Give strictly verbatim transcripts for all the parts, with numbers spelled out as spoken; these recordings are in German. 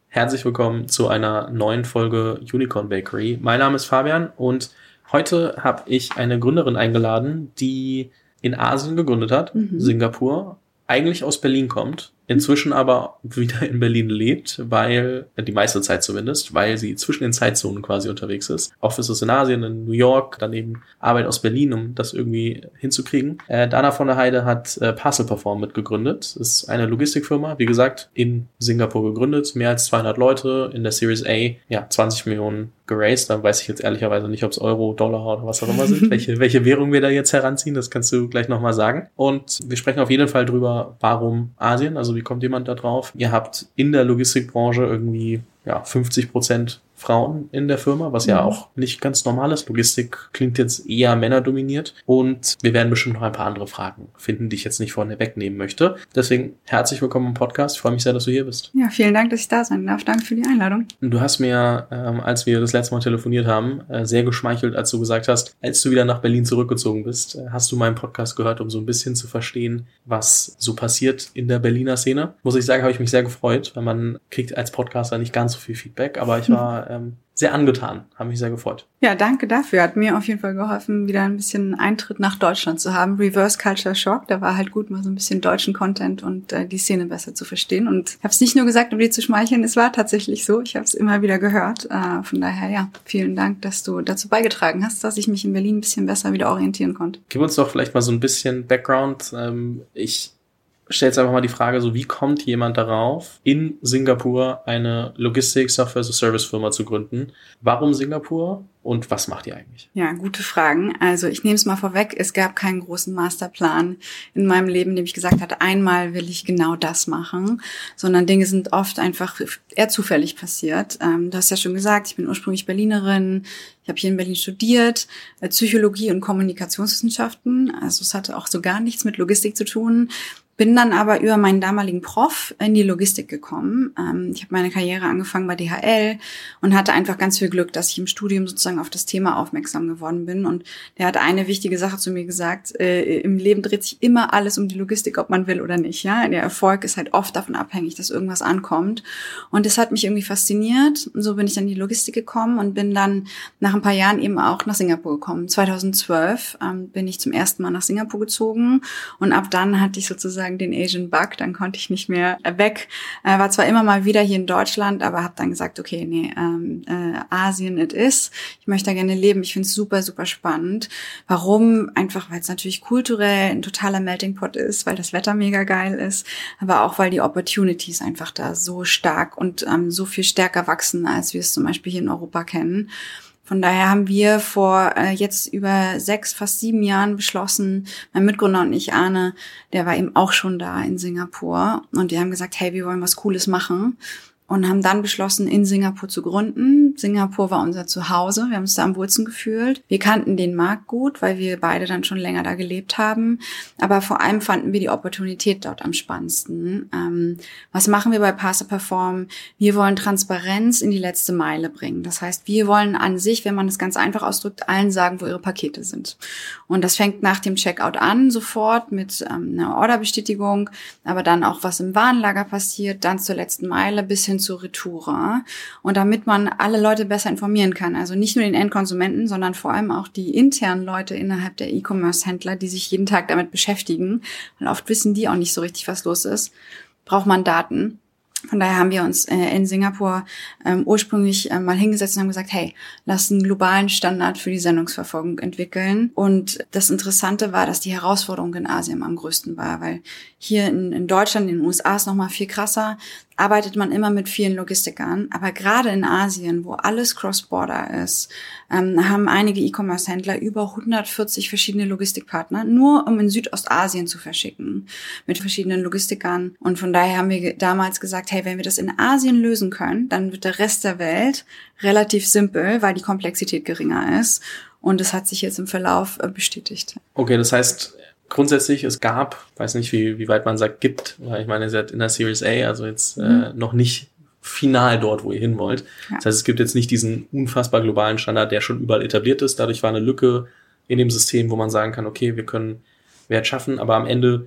Herzlich willkommen zu einer neuen Folge Unicorn Bakery. Mein Name ist Fabian und heute habe ich eine Gründerin eingeladen, die in Asien gegründet hat, mhm. Singapur, eigentlich aus Berlin kommt, inzwischen aber wieder in Berlin lebt, weil, die meiste Zeit zumindest, weil sie zwischen den Zeitzonen quasi unterwegs ist. Offices in Asien, in New York, dann eben Arbeit aus Berlin, um das irgendwie hinzukriegen. Äh, Dana von der Heide hat äh, Parcel Perform mitgegründet. Das ist eine Logistikfirma, wie gesagt, in Singapur gegründet, mehr als zweihundert Leute, in der Series A, ja, zwanzig Millionen geraced. Da weiß ich jetzt ehrlicherweise nicht, ob es Euro, Dollar oder was auch immer sind, welche, welche Währung wir da jetzt heranziehen, das kannst du gleich nochmal sagen. Und wir sprechen auf jeden Fall drüber, warum Asien, also wie kommt jemand da drauf? Ihr habt in der Logistikbranche irgendwie ja fünfzig Prozent Frauen in der Firma, was ja auch nicht ganz normal ist. Logistik klingt jetzt eher männerdominiert. Und wir werden bestimmt noch ein paar andere Fragen finden, die ich jetzt nicht vorne wegnehmen möchte. Deswegen herzlich willkommen im Podcast. Ich freue mich sehr, dass du hier bist. Ja, vielen Dank, dass ich da sein darf. Danke für die Einladung. Du hast mir, ähm, als wir das letzte Mal telefoniert haben, äh, sehr geschmeichelt, als du gesagt hast, als du wieder nach Berlin zurückgezogen bist, äh, hast du meinen Podcast gehört, um so ein bisschen zu verstehen, was so passiert in der Berliner Szene. Muss ich sagen, habe ich mich sehr gefreut, weil man kriegt als Podcaster nicht ganz so viel Feedback, aber ich war ähm, sehr angetan, habe mich sehr gefreut. Ja, danke dafür. Hat mir auf jeden Fall geholfen, wieder ein bisschen Eintritt nach Deutschland zu haben. Reverse Culture Shock, da war halt gut, mal so ein bisschen deutschen Content und äh, die Szene besser zu verstehen. Und ich habe es nicht nur gesagt, um dir zu schmeicheln, es war tatsächlich so. Ich habe es immer wieder gehört. Äh, von daher, ja, vielen Dank, dass du dazu beigetragen hast, dass ich mich in Berlin ein bisschen besser wieder orientieren konnte. Gib uns doch vielleicht mal so ein bisschen Background. Ähm, ich stelle jetzt einfach mal die Frage, so wie kommt jemand darauf, in Singapur eine Logistik-Software-as-a-Service-Firma zu gründen? Warum Singapur und was macht ihr eigentlich? Ja, gute Fragen. Also ich nehme es mal vorweg, es gab keinen großen Masterplan in meinem Leben, in dem ich gesagt hatte, einmal will ich genau das machen, sondern Dinge sind oft einfach eher zufällig passiert. Ähm, du hast ja schon gesagt, ich bin ursprünglich Berlinerin, ich habe hier in Berlin studiert, äh, Psychologie und Kommunikationswissenschaften, also es hatte auch so gar nichts mit Logistik zu tun. Bin dann aber über meinen damaligen Prof in die Logistik gekommen. Ähm, ich habe meine Karriere angefangen bei D H L und hatte einfach ganz viel Glück, dass ich im Studium sozusagen auf das Thema aufmerksam geworden bin. Und der hat eine wichtige Sache zu mir gesagt, äh, im Leben dreht sich immer alles um die Logistik, ob man will oder nicht. Ja, der Erfolg ist halt oft davon abhängig, dass irgendwas ankommt. Und das hat mich irgendwie fasziniert. Und so bin ich dann in die Logistik gekommen und bin dann nach ein paar Jahren eben auch nach Singapur gekommen. zweitausendzwölf ähm, bin ich zum ersten Mal nach Singapur gezogen und ab dann hatte ich sozusagen den Asian Bug, dann konnte ich nicht mehr weg. Äh, war zwar immer mal wieder hier in Deutschland, aber habe dann gesagt, okay, nee, ähm, äh, Asien it is. Ich möchte da gerne leben. Ich finde es super, super spannend. Warum? Einfach, weil es natürlich kulturell ein totaler Melting Pot ist, weil das Wetter mega geil ist, aber auch, weil die Opportunities einfach da so stark und ähm, so viel stärker wachsen, als wir es zum Beispiel hier in Europa kennen. Von daher haben wir vor äh, jetzt über sechs, fast sieben Jahren beschlossen, mein Mitgründer und ich, Arne, der war eben auch schon da in Singapur und die haben gesagt, hey, wir wollen was Cooles machen und haben dann beschlossen, in Singapur zu gründen. Singapur war unser Zuhause, wir haben uns da am wohlsten gefühlt. Wir kannten den Markt gut, weil wir beide dann schon länger da gelebt haben, aber vor allem fanden wir die Opportunität dort am spannendsten. Ähm, was machen wir bei Parcel Perform? Wir wollen Transparenz in die letzte Meile bringen. Das heißt, wir wollen an sich, wenn man es ganz einfach ausdrückt, allen sagen, wo ihre Pakete sind. Und das fängt nach dem Checkout an, sofort mit ähm, einer Orderbestätigung, aber dann auch, was im Warenlager passiert, dann zur letzten Meile bis hin zur Retour. Und damit man alle Leute besser informieren kann, also nicht nur den Endkonsumenten, sondern vor allem auch die internen Leute innerhalb der E-Commerce-Händler, die sich jeden Tag damit beschäftigen, weil oft wissen die auch nicht so richtig, was los ist, braucht man Daten. Von daher haben wir uns äh, in Singapur ähm, ursprünglich äh, mal hingesetzt und haben gesagt, hey, lass einen globalen Standard für die Sendungsverfolgung entwickeln. Und das Interessante war, dass die Herausforderung in Asien am größten war, weil hier in, in Deutschland, in den U S A ist noch mal viel krasser, arbeitet man immer mit vielen Logistikern. Aber gerade in Asien, wo alles Cross-Border ist, ähm, haben einige E-Commerce-Händler über hundertvierzig verschiedene Logistikpartner, nur um in Südostasien zu verschicken, mit verschiedenen Logistikern. Und von daher haben wir damals gesagt, hey, wenn wir das in Asien lösen können, dann wird der Rest der Welt relativ simpel, weil die Komplexität geringer ist. Und das hat sich jetzt im Verlauf äh, bestätigt. Okay, das heißt, grundsätzlich, es gab, weiß nicht, wie, wie weit man sagt, gibt, weil ich meine, ihr seid in der Series A, also jetzt mhm. äh, noch nicht final dort, wo ihr hin wollt. Ja. Das heißt, es gibt jetzt nicht diesen unfassbar globalen Standard, der schon überall etabliert ist. Dadurch war eine Lücke in dem System, wo man sagen kann, okay, wir können Wert schaffen, aber am Ende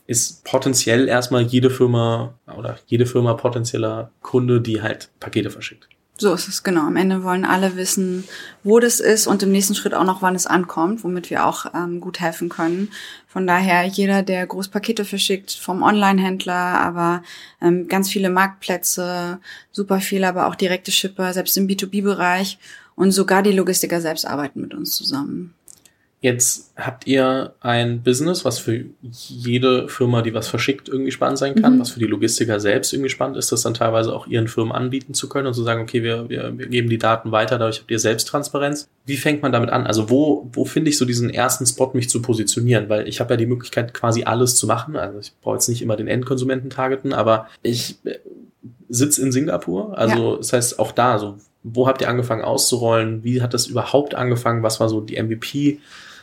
ist potenziell erstmal jede Firma oder jede Firma potenzieller Kunde, die halt Pakete verschickt. So ist es, genau. Am Ende wollen alle wissen, wo das ist und im nächsten Schritt auch noch, wann es ankommt, womit wir auch ähm, gut helfen können. Von daher, jeder, der Großpakete verschickt, vom Online-Händler, aber ähm, ganz viele Marktplätze, super viele, aber auch direkte Shipper, selbst im B zwei B-Bereich und sogar die Logistiker selbst arbeiten mit uns zusammen. Jetzt habt ihr ein Business, was für jede Firma, die was verschickt, irgendwie spannend sein kann, mhm. was für die Logistiker selbst irgendwie spannend ist, das dann teilweise auch ihren Firmen anbieten zu können und zu sagen, okay, wir, wir, wir geben die Daten weiter, dadurch habt ihr Selbsttransparenz. Wie fängt man damit an? Also wo, wo finde ich so diesen ersten Spot, mich zu positionieren? Weil ich habe ja die Möglichkeit, quasi alles zu machen. Also ich brauche jetzt nicht immer den Endkonsumenten targeten, aber ich sitze in Singapur. Also ja. Das heißt, auch da, so, wo habt ihr angefangen auszurollen? Wie hat das überhaupt angefangen? Was war so die M V P?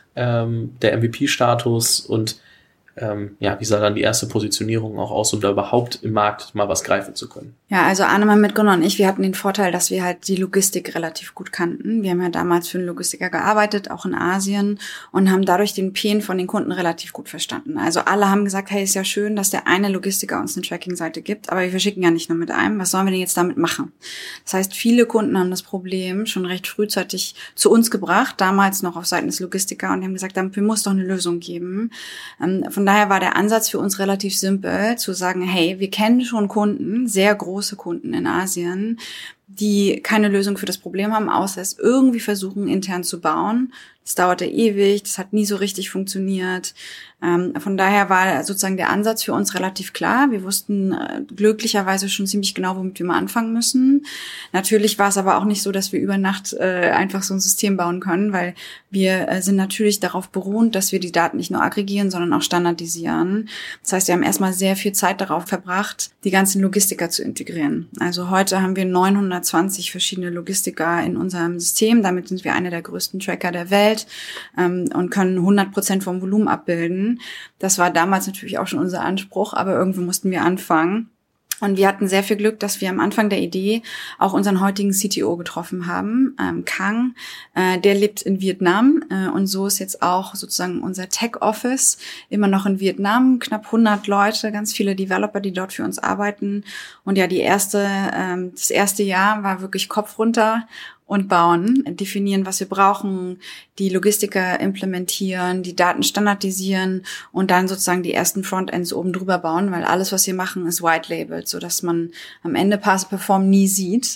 Ähm, der M V P-Status und ähm, ja, wie sah dann die erste Positionierung auch aus, um da überhaupt im Markt mal was greifen zu können? Ja, also Arnemann, Mitgründer und ich, wir hatten den Vorteil, dass wir halt die Logistik relativ gut kannten. Wir haben ja damals für einen Logistiker gearbeitet, auch in Asien, und haben dadurch den Pain von den Kunden relativ gut verstanden. Also alle haben gesagt, hey, ist ja schön, dass der eine Logistiker uns eine Tracking-Seite gibt, aber wir verschicken ja nicht nur mit einem. Was sollen wir denn jetzt damit machen? Das heißt, viele Kunden haben das Problem schon recht frühzeitig zu uns gebracht, damals noch auf Seiten des Logistikers, und haben gesagt, dafür muss doch eine Lösung geben. Ähm, von daher war der Ansatz für uns relativ simpel, zu sagen, hey, wir kennen schon Kunden, sehr große Kunden in Asien, die keine Lösung für das Problem haben, außer es irgendwie versuchen, intern zu bauen. Das dauerte ewig, das hat nie so richtig funktioniert. Ähm, von daher war sozusagen der Ansatz für uns relativ klar. Wir wussten äh, glücklicherweise schon ziemlich genau, womit wir mal anfangen müssen. Natürlich war es aber auch nicht so, dass wir über Nacht äh, einfach so ein System bauen können, weil wir äh, sind natürlich darauf beruht, dass wir die Daten nicht nur aggregieren, sondern auch standardisieren. Das heißt, wir haben erstmal sehr viel Zeit darauf verbracht, die ganzen Logistiker zu integrieren. Also heute haben wir neunhundertzwanzig verschiedene Logistiker in unserem System. Damit sind wir einer der größten Tracker der Welt ähm, und können hundert Prozent vom Volumen abbilden. Das war damals natürlich auch schon unser Anspruch, aber irgendwo mussten wir anfangen. Und wir hatten sehr viel Glück, dass wir am Anfang der Idee auch unseren heutigen C T O getroffen haben, ähm, Kang. Äh, der lebt in Vietnam äh, und so ist jetzt auch sozusagen unser Tech-Office immer noch in Vietnam. Knapp hundert Leute, ganz viele Developer, die dort für uns arbeiten. Und ja, die erste, ähm, das erste Jahr war wirklich Kopf runter und bauen, definieren, was wir brauchen, die Logistiker implementieren, die Daten standardisieren und dann sozusagen die ersten Frontends oben drüber bauen, weil alles, was wir machen, ist white-labeled, sodass man am Ende Pass Perform nie sieht.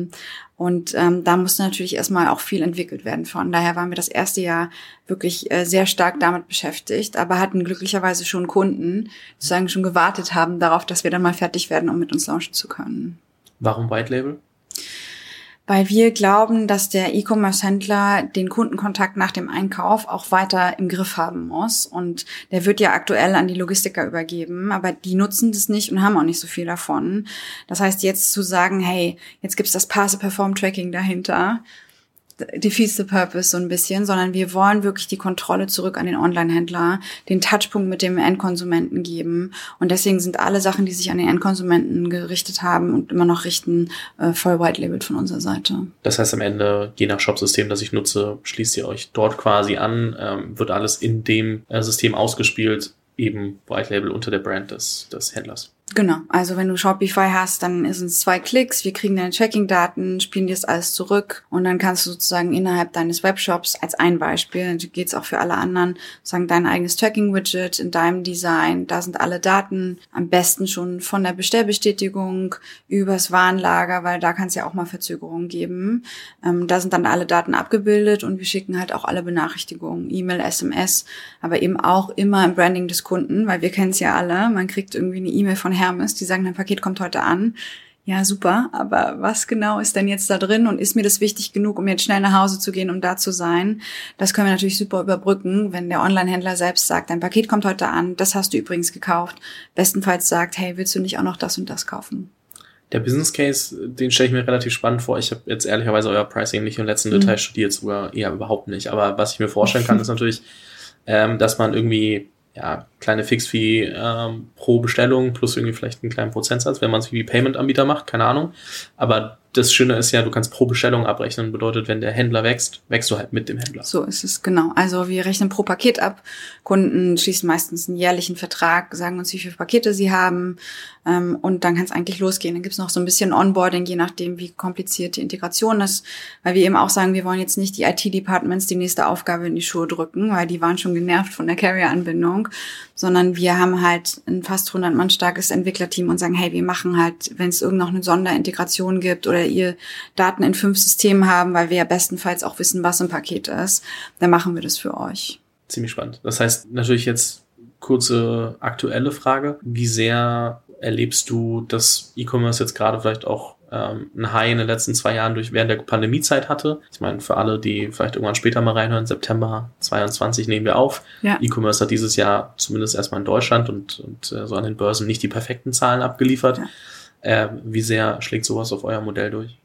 Und ähm, da musste natürlich erstmal auch viel entwickelt werden. Von daher waren wir das erste Jahr wirklich äh, sehr stark damit beschäftigt, aber hatten glücklicherweise schon Kunden, die sozusagen schon gewartet haben darauf, dass wir dann mal fertig werden, um mit uns launchen zu können. Warum White-Label? Weil wir glauben, dass der E-Commerce-Händler den Kundenkontakt nach dem Einkauf auch weiter im Griff haben muss. Und der wird ja aktuell an die Logistiker übergeben, aber die nutzen das nicht und haben auch nicht so viel davon. Das heißt, jetzt zu sagen, hey, jetzt gibt's das Pass-Perform-Tracking dahinter, defeats the purpose so ein bisschen, sondern wir wollen wirklich die Kontrolle zurück an den Online-Händler, den Touchpunkt mit dem Endkonsumenten geben. Und deswegen sind alle Sachen, die sich an den Endkonsumenten gerichtet haben und immer noch richten, äh, voll white-labeled von unserer Seite. Das heißt am Ende, je nach Shop-System, das ich nutze, schließt ihr euch dort quasi an, ähm, wird alles in dem äh, System ausgespielt, eben White-Label unter der Brand des, des Händlers. Genau, also wenn du Shopify hast, dann sind es zwei Klicks, wir kriegen deine Tracking-Daten, spielen dir das alles zurück und dann kannst du sozusagen innerhalb deines Webshops als ein Beispiel, geht es auch für alle anderen, sagen dein eigenes Tracking-Widget in deinem Design, da sind alle Daten, am besten schon von der Bestellbestätigung übers Warenlager, weil da kann es ja auch mal Verzögerungen geben. Ähm, da sind dann alle Daten abgebildet und wir schicken halt auch alle Benachrichtigungen, E-Mail, S M S, aber eben auch immer im Branding des Kunden, weil wir kennen es ja alle, man kriegt irgendwie eine E-Mail von Hermes, die sagen, dein Paket kommt heute an. Ja, super, aber was genau ist denn jetzt da drin und ist mir das wichtig genug, um jetzt schnell nach Hause zu gehen, um da zu sein? Das können wir natürlich super überbrücken, wenn der Online-Händler selbst sagt, dein Paket kommt heute an, das hast du übrigens gekauft. Bestenfalls sagt, hey, willst du nicht auch noch das und das kaufen? Der Business Case, den stelle ich mir relativ spannend vor. Ich habe jetzt ehrlicherweise euer Pricing nicht im letzten mhm. Detail studiert, sogar eher überhaupt nicht. Aber was ich mir vorstellen kann, ist natürlich, ähm, dass man irgendwie ja, kleine Fixfee ähm, pro Bestellung plus irgendwie vielleicht einen kleinen Prozentsatz, wenn man es wie Payment-Anbieter macht, keine Ahnung. Aber das Schöne ist ja, du kannst pro Bestellung abrechnen. Bedeutet, wenn der Händler wächst, wächst du halt mit dem Händler. So ist es, genau. Also wir rechnen pro Paket ab. Kunden schließen meistens einen jährlichen Vertrag, sagen uns, wie viele Pakete sie haben. Ähm, und dann kann es eigentlich losgehen. Dann gibt es noch so ein bisschen Onboarding, je nachdem, wie kompliziert die Integration ist. Weil wir eben auch sagen, wir wollen jetzt nicht die I T-Departments die nächste Aufgabe in die Schuhe drücken, weil die waren schon genervt von der Carrier-Anbindung. Sondern wir haben halt ein fast hundert Mann starkes Entwicklerteam und sagen, hey, wir machen halt, wenn es irgend noch eine Sonderintegration gibt oder ihr Daten in fünf Systemen haben, weil wir ja bestenfalls auch wissen, was im Paket ist, dann machen wir das für euch. Ziemlich spannend. Das heißt, natürlich jetzt kurze aktuelle Frage. Wie sehr erlebst du, dass E-Commerce jetzt gerade vielleicht auch ähm, ein High in den letzten zwei Jahren durch während der Pandemiezeit hatte? Ich meine, für alle, die vielleicht irgendwann später mal reinhören, September zweiundzwanzig nehmen wir auf. Ja. E-Commerce hat dieses Jahr zumindest erstmal in Deutschland und, und äh, so an den Börsen nicht die perfekten Zahlen abgeliefert. Ja. Äh, wie sehr schlägt sowas auf euer Modell durch?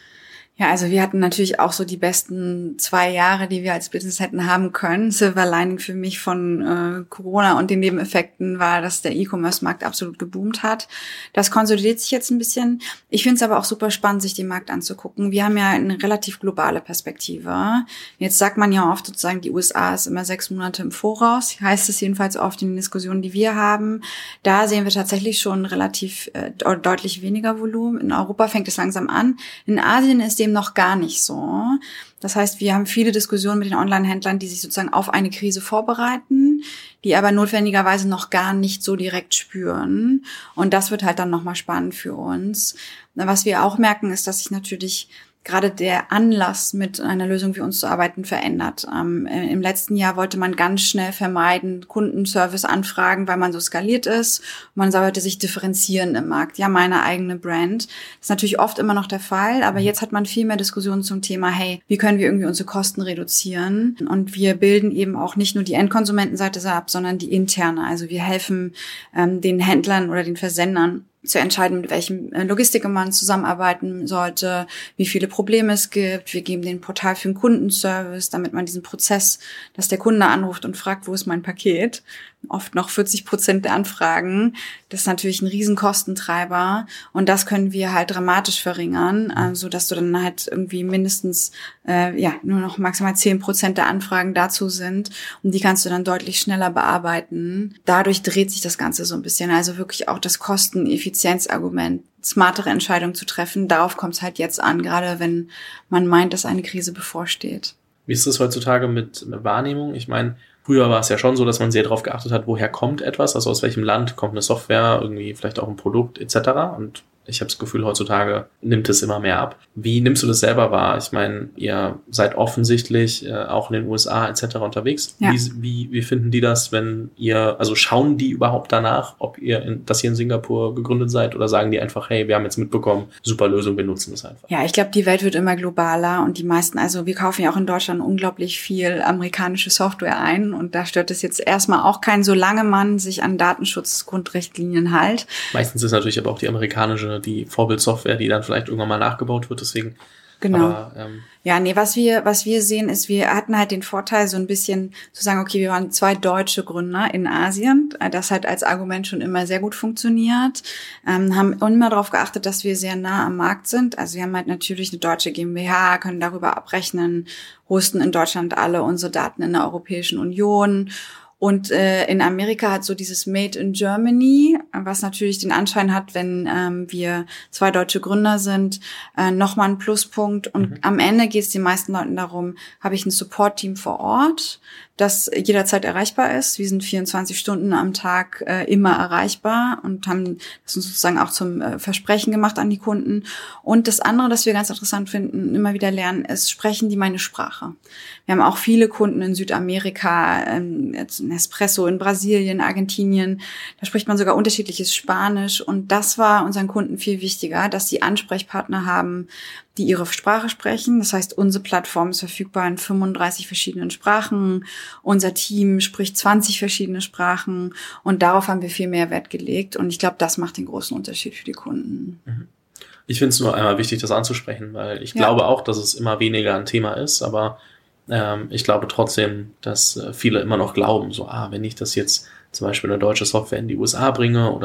Ja, also wir hatten natürlich auch so die besten zwei Jahre, die wir als Business hätten haben können. Silver Lining für mich von äh, Corona und den Nebeneffekten war, dass der E-Commerce-Markt absolut geboomt hat. Das konsolidiert sich jetzt ein bisschen. Ich finde es aber auch super spannend, sich den Markt anzugucken. Wir haben ja eine relativ globale Perspektive. Jetzt sagt man ja oft sozusagen, die U S A ist immer sechs Monate im Voraus. Heißt es jedenfalls oft in den Diskussionen, die wir haben. Da sehen wir tatsächlich schon relativ äh, deutlich weniger Volumen. In Europa fängt es langsam an. In Asien ist dem noch gar nicht so. Das heißt, wir haben viele Diskussionen mit den Online-Händlern, die sich sozusagen auf eine Krise vorbereiten, die aber notwendigerweise noch gar nicht so direkt spüren. Und das wird halt dann nochmal spannend für uns. Was wir auch merken, ist, dass sich natürlich gerade der Anlass, mit einer Lösung wie uns zu arbeiten, verändert. Ähm, im letzten Jahr wollte man ganz schnell vermeiden, Kundenservice-Anfragen, weil man so skaliert ist. Man sollte sich differenzieren im Markt. Ja, meine eigene Brand. Das ist natürlich oft immer noch der Fall, aber jetzt hat man viel mehr Diskussionen zum Thema, hey, wie können wir irgendwie unsere Kosten reduzieren? Und wir bilden eben auch nicht nur die Endkonsumentenseite ab, sondern die interne. Also wir helfen ähm, den Händlern oder den Versendern, zu entscheiden, mit welchem Logistiker man zusammenarbeiten sollte, wie viele Probleme es gibt. Wir geben den Portal für den Kundenservice, damit man diesen Prozess, dass der Kunde anruft und fragt, wo ist mein Paket? Oft noch vierzig Prozent der Anfragen. Das ist natürlich ein riesen Kostentreiber. Und das können wir halt dramatisch verringern, äh, so dass du dann halt irgendwie mindestens, äh, ja, nur noch maximal zehn Prozent der Anfragen dazu sind. Und die kannst du dann deutlich schneller bearbeiten. Dadurch dreht sich das Ganze so ein bisschen. Also wirklich auch das Kosteneffizienzargument, smartere Entscheidungen zu treffen. Darauf kommt es halt jetzt an, gerade wenn man meint, dass eine Krise bevorsteht. Wie ist es heutzutage mit Wahrnehmung? Ich meine, früher war es ja schon so, dass man sehr darauf geachtet hat, woher kommt etwas, also aus welchem Land kommt eine Software, irgendwie vielleicht auch ein Produkt et cetera. Und ich habe das Gefühl, heutzutage nimmt es immer mehr ab. Wie nimmst du das selber wahr? Ich meine, ihr seid offensichtlich äh, auch in den U S A et cetera unterwegs. Ja. Wie, wie, wie finden die das, wenn ihr, also schauen die überhaupt danach, ob ihr, in, dass ihr in Singapur gegründet seid, oder sagen die einfach, hey, wir haben jetzt mitbekommen, super Lösung, wir nutzen das einfach? Ja, ich glaube, die Welt wird immer globaler und die meisten, also wir kaufen ja auch in Deutschland unglaublich viel amerikanische Software ein und da stört es jetzt erstmal auch keinen, solange man sich an Datenschutzgrundrichtlinien hält. Meistens ist natürlich aber auch die amerikanische die Vorbildsoftware, die dann vielleicht irgendwann mal nachgebaut wird, deswegen. Genau. Aber, ähm, ja, nee, was wir, was wir sehen, ist, wir hatten halt den Vorteil, so ein bisschen zu sagen, okay, wir waren zwei deutsche Gründer in Asien. Das hat als Argument schon immer sehr gut funktioniert. Ähm, haben immer darauf geachtet, dass wir sehr nah am Markt sind. Also wir haben halt natürlich eine deutsche GmbH, können darüber abrechnen, hosten in Deutschland alle unsere Daten in der Europäischen Union. Und äh, in Amerika hat so dieses Made in Germany, was natürlich den Anschein hat, wenn ähm, wir zwei deutsche Gründer sind, äh, nochmal ein Pluspunkt. Und mhm. am Ende geht es den meisten Leuten darum, habe ich ein Support-Team vor Ort, das jederzeit erreichbar ist. Wir sind vierundzwanzig Stunden am Tag äh, immer erreichbar und haben das uns sozusagen auch zum äh, Versprechen gemacht an die Kunden. Und das andere, das wir ganz interessant finden, immer wieder lernen, ist, sprechen die meine Sprache. Wir haben auch viele Kunden in Südamerika, ähm, jetzt Nespresso in Brasilien, Argentinien. Da spricht man sogar unterschiedliches Spanisch. Und das war unseren Kunden viel wichtiger, dass sie Ansprechpartner haben, die ihre Sprache sprechen. Das heißt, unsere Plattform ist verfügbar in fünfunddreißig verschiedenen Sprachen. Unser Team spricht zwanzig verschiedene Sprachen. Und darauf haben wir viel mehr Wert gelegt. Und ich glaube, das macht den großen Unterschied für die Kunden. Ich finde es nur einmal wichtig, das anzusprechen, weil ich ja. glaube auch, dass es immer weniger ein Thema ist. Aber ähm, ich glaube trotzdem, dass viele immer noch glauben, so, ah, wenn ich das jetzt zum Beispiel eine deutsche Software in die U S A bringe oder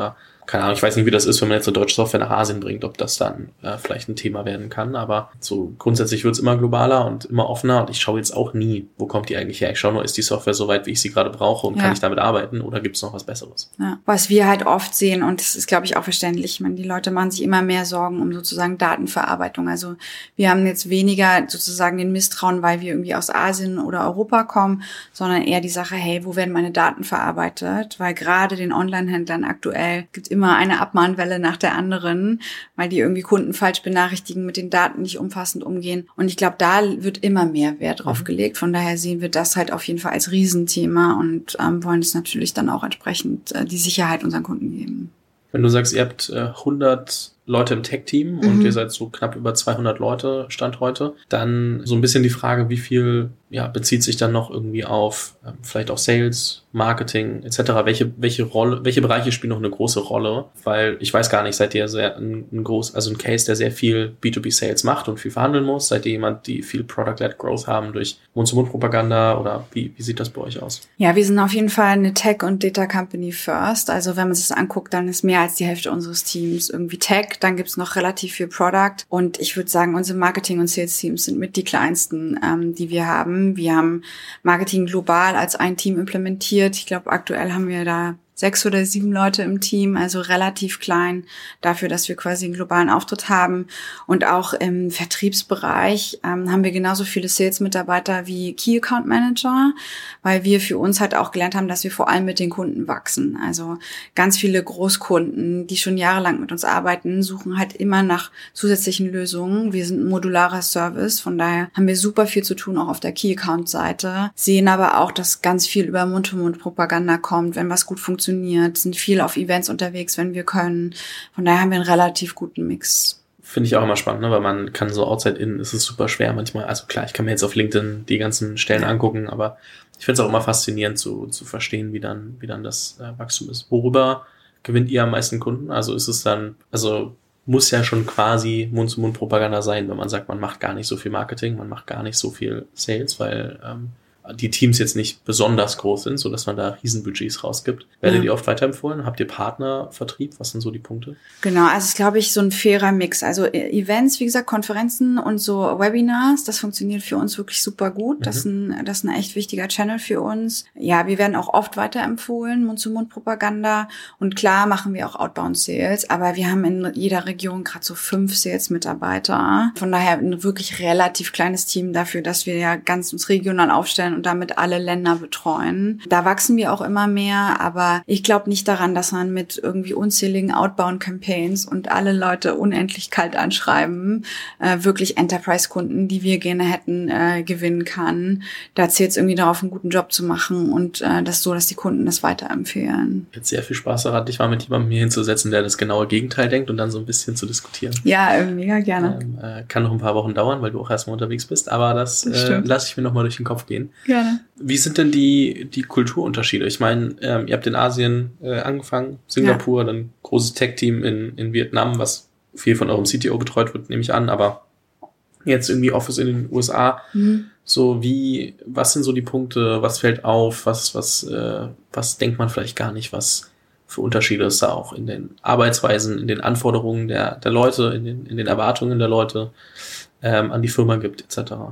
keine Ahnung, ich weiß nicht, wie das ist, wenn man jetzt eine deutsche Software nach Asien bringt, ob das dann äh, vielleicht ein Thema werden kann, aber so grundsätzlich wird es immer globaler und immer offener und ich schaue jetzt auch nie, wo kommt die eigentlich her? Ich schaue nur, ist die Software so weit, wie ich sie gerade brauche und ja. kann ich damit arbeiten oder gibt es noch was Besseres? Ja. Was wir halt oft sehen und das ist, glaube ich, auch verständlich, ich meine, die Leute machen sich immer mehr Sorgen um sozusagen Datenverarbeitung, also wir haben jetzt weniger sozusagen den Misstrauen, weil wir irgendwie aus Asien oder Europa kommen, sondern eher die Sache, hey, wo werden meine Daten verarbeitet? Weil gerade den Online-Händlern aktuell gibt immer eine Abmahnwelle nach der anderen, weil die irgendwie Kunden falsch benachrichtigen, mit den Daten nicht umfassend umgehen. Und ich glaube, da wird immer mehr Wert drauf gelegt. Von daher sehen wir das halt auf jeden Fall als Riesenthema und ähm, wollen es natürlich dann auch entsprechend äh, die Sicherheit unseren Kunden geben. Wenn du sagst, ihr habt äh, hundert Leute im Tech-Team mhm. und ihr seid so knapp über zweihundert Leute Stand heute, dann so ein bisschen die Frage, wie viel ja bezieht sich dann noch irgendwie auf ähm, vielleicht auch Sales, Marketing et cetera. Welche welche Rolle, welche Bereiche spielen noch eine große Rolle? Weil ich weiß gar nicht, seid ihr sehr ein, ein groß, also ein Case, der sehr viel B zwei B Sales macht und viel verhandeln muss? Seid ihr jemand, die viel Product-led Growth haben durch Mund-zu-Mund-Propaganda oder wie wie sieht das bei euch aus? Ja, wir sind auf jeden Fall eine Tech- und Data-Company first. Also wenn man sich das anguckt, dann ist mehr als die Hälfte unseres Teams irgendwie Tech. Dann gibt's noch relativ viel Product und ich würde sagen, unsere Marketing- und Sales-Teams sind mit die kleinsten, ähm, die wir haben. Wir haben Marketing global als ein Team implementiert. Ich glaube, aktuell haben wir da sechs oder sieben Leute im Team, also relativ klein dafür, dass wir quasi einen globalen Auftritt haben. Und auch im Vertriebsbereich ähm, haben wir genauso viele Sales-Mitarbeiter wie Key Account Manager, weil wir für uns halt auch gelernt haben, dass wir vor allem mit den Kunden wachsen. Also ganz viele Großkunden, die schon jahrelang mit uns arbeiten, suchen halt immer nach zusätzlichen Lösungen. Wir sind ein modularer Service, von daher haben wir super viel zu tun, auch auf der Key Account Seite. Sehen aber auch, dass ganz viel über Mund-zu-Mund-Propaganda kommt, wenn was gut funktioniert. Sind viel auf Events unterwegs, wenn wir können. Von daher haben wir einen relativ guten Mix. Finde ich auch immer spannend, ne? Weil man kann so outside-in, ist es super schwer manchmal. Also klar, ich kann mir jetzt auf LinkedIn die ganzen Stellen ja. angucken, aber ich finde es auch immer faszinierend zu, zu verstehen, wie dann, wie dann das äh, Wachstum ist. Worüber gewinnt ihr am meisten Kunden? Also ist es dann, also muss ja schon quasi Mund-zu-Mund-Propaganda sein, wenn man sagt, man macht gar nicht so viel Marketing, man macht gar nicht so viel Sales, weil ähm, die Teams jetzt nicht besonders groß sind, so dass man da Riesenbudgets rausgibt. Werdet ja. ihr oft weiterempfohlen? Habt ihr Partnervertrieb? Was sind so die Punkte? Genau, also es ist, glaube ich, so ein fairer Mix. Also Events, wie gesagt, Konferenzen und so Webinars, das funktioniert für uns wirklich super gut. Das, mhm. ist ein, das ist ein echt wichtiger Channel für uns. Ja, wir werden auch oft weiterempfohlen, Mund-zu-Mund-Propaganda. Und klar machen wir auch Outbound-Sales, aber wir haben in jeder Region gerade so fünf Sales-Mitarbeiter. Von daher ein wirklich relativ kleines Team dafür, dass wir ja ganz uns regional aufstellen und damit alle Länder betreuen. Da wachsen wir auch immer mehr, aber ich glaube nicht daran, dass man mit irgendwie unzähligen Outbound-Campaigns und alle Leute unendlich kalt anschreiben, äh, wirklich Enterprise-Kunden, die wir gerne hätten, äh, gewinnen kann. Da zählt es irgendwie darauf, einen guten Job zu machen und äh, das so, dass die Kunden das weiterempfehlen. Jetzt sehr viel Spaß daran, dich mal mit jemandem hier hinzusetzen, der das genaue Gegenteil denkt und dann so ein bisschen zu diskutieren. Ja, mega gerne. Ähm, äh, kann noch ein paar Wochen dauern, weil du auch erstmal unterwegs bist, aber das, das äh, lasse ich mir nochmal durch den Kopf gehen. Gerne. Wie sind denn die die Kulturunterschiede? Ich meine, ähm, ihr habt in Asien äh, angefangen, Singapur, ja. dann großes Tech-Team in in Vietnam, was viel von eurem C T O betreut wird, nehme ich an, aber jetzt irgendwie Office in den U S A. Mhm. So wie, was sind so die Punkte, was fällt auf, was was äh, was denkt man vielleicht gar nicht, was für Unterschiede es da auch in den Arbeitsweisen, in den Anforderungen der der Leute, in den in den Erwartungen der Leute ähm, an die Firma gibt, et cetera.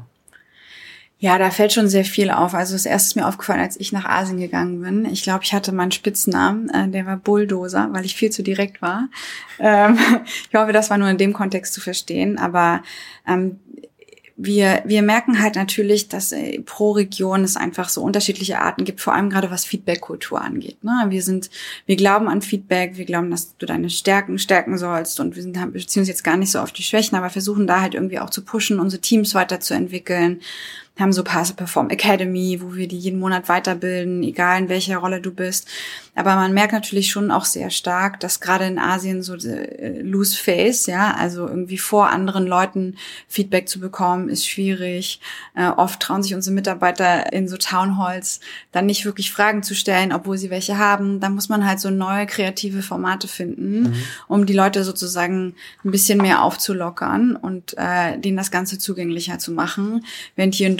Ja, da fällt schon sehr viel auf. Also das erste ist mir aufgefallen, als ich nach Asien gegangen bin. Ich glaube, ich hatte meinen Spitznamen, äh, der war Bulldozer, weil ich viel zu direkt war. Ähm, ich hoffe, das war nur in dem Kontext zu verstehen. Aber ähm, wir wir merken halt natürlich, dass äh, pro Region es einfach so unterschiedliche Arten gibt, vor allem gerade was Feedback-Kultur angeht. Ne? Wir sind, wir glauben an Feedback, wir glauben, dass du deine Stärken stärken sollst und wir sind, beziehen uns jetzt gar nicht so auf die Schwächen, aber versuchen da halt irgendwie auch zu pushen, unsere Teams weiterzuentwickeln. Haben so Pass Perform Academy, wo wir die jeden Monat weiterbilden, egal in welcher Rolle du bist. Aber man merkt natürlich schon auch sehr stark, dass gerade in Asien so äh, loose face, ja, also irgendwie vor anderen Leuten Feedback zu bekommen, ist schwierig. Äh, oft trauen sich unsere Mitarbeiter in so Townhalls dann nicht wirklich Fragen zu stellen, obwohl sie welche haben. Da muss man halt so neue kreative Formate finden, mhm. um die Leute sozusagen ein bisschen mehr aufzulockern und äh, denen das Ganze zugänglicher zu machen. Während hier in Deutschland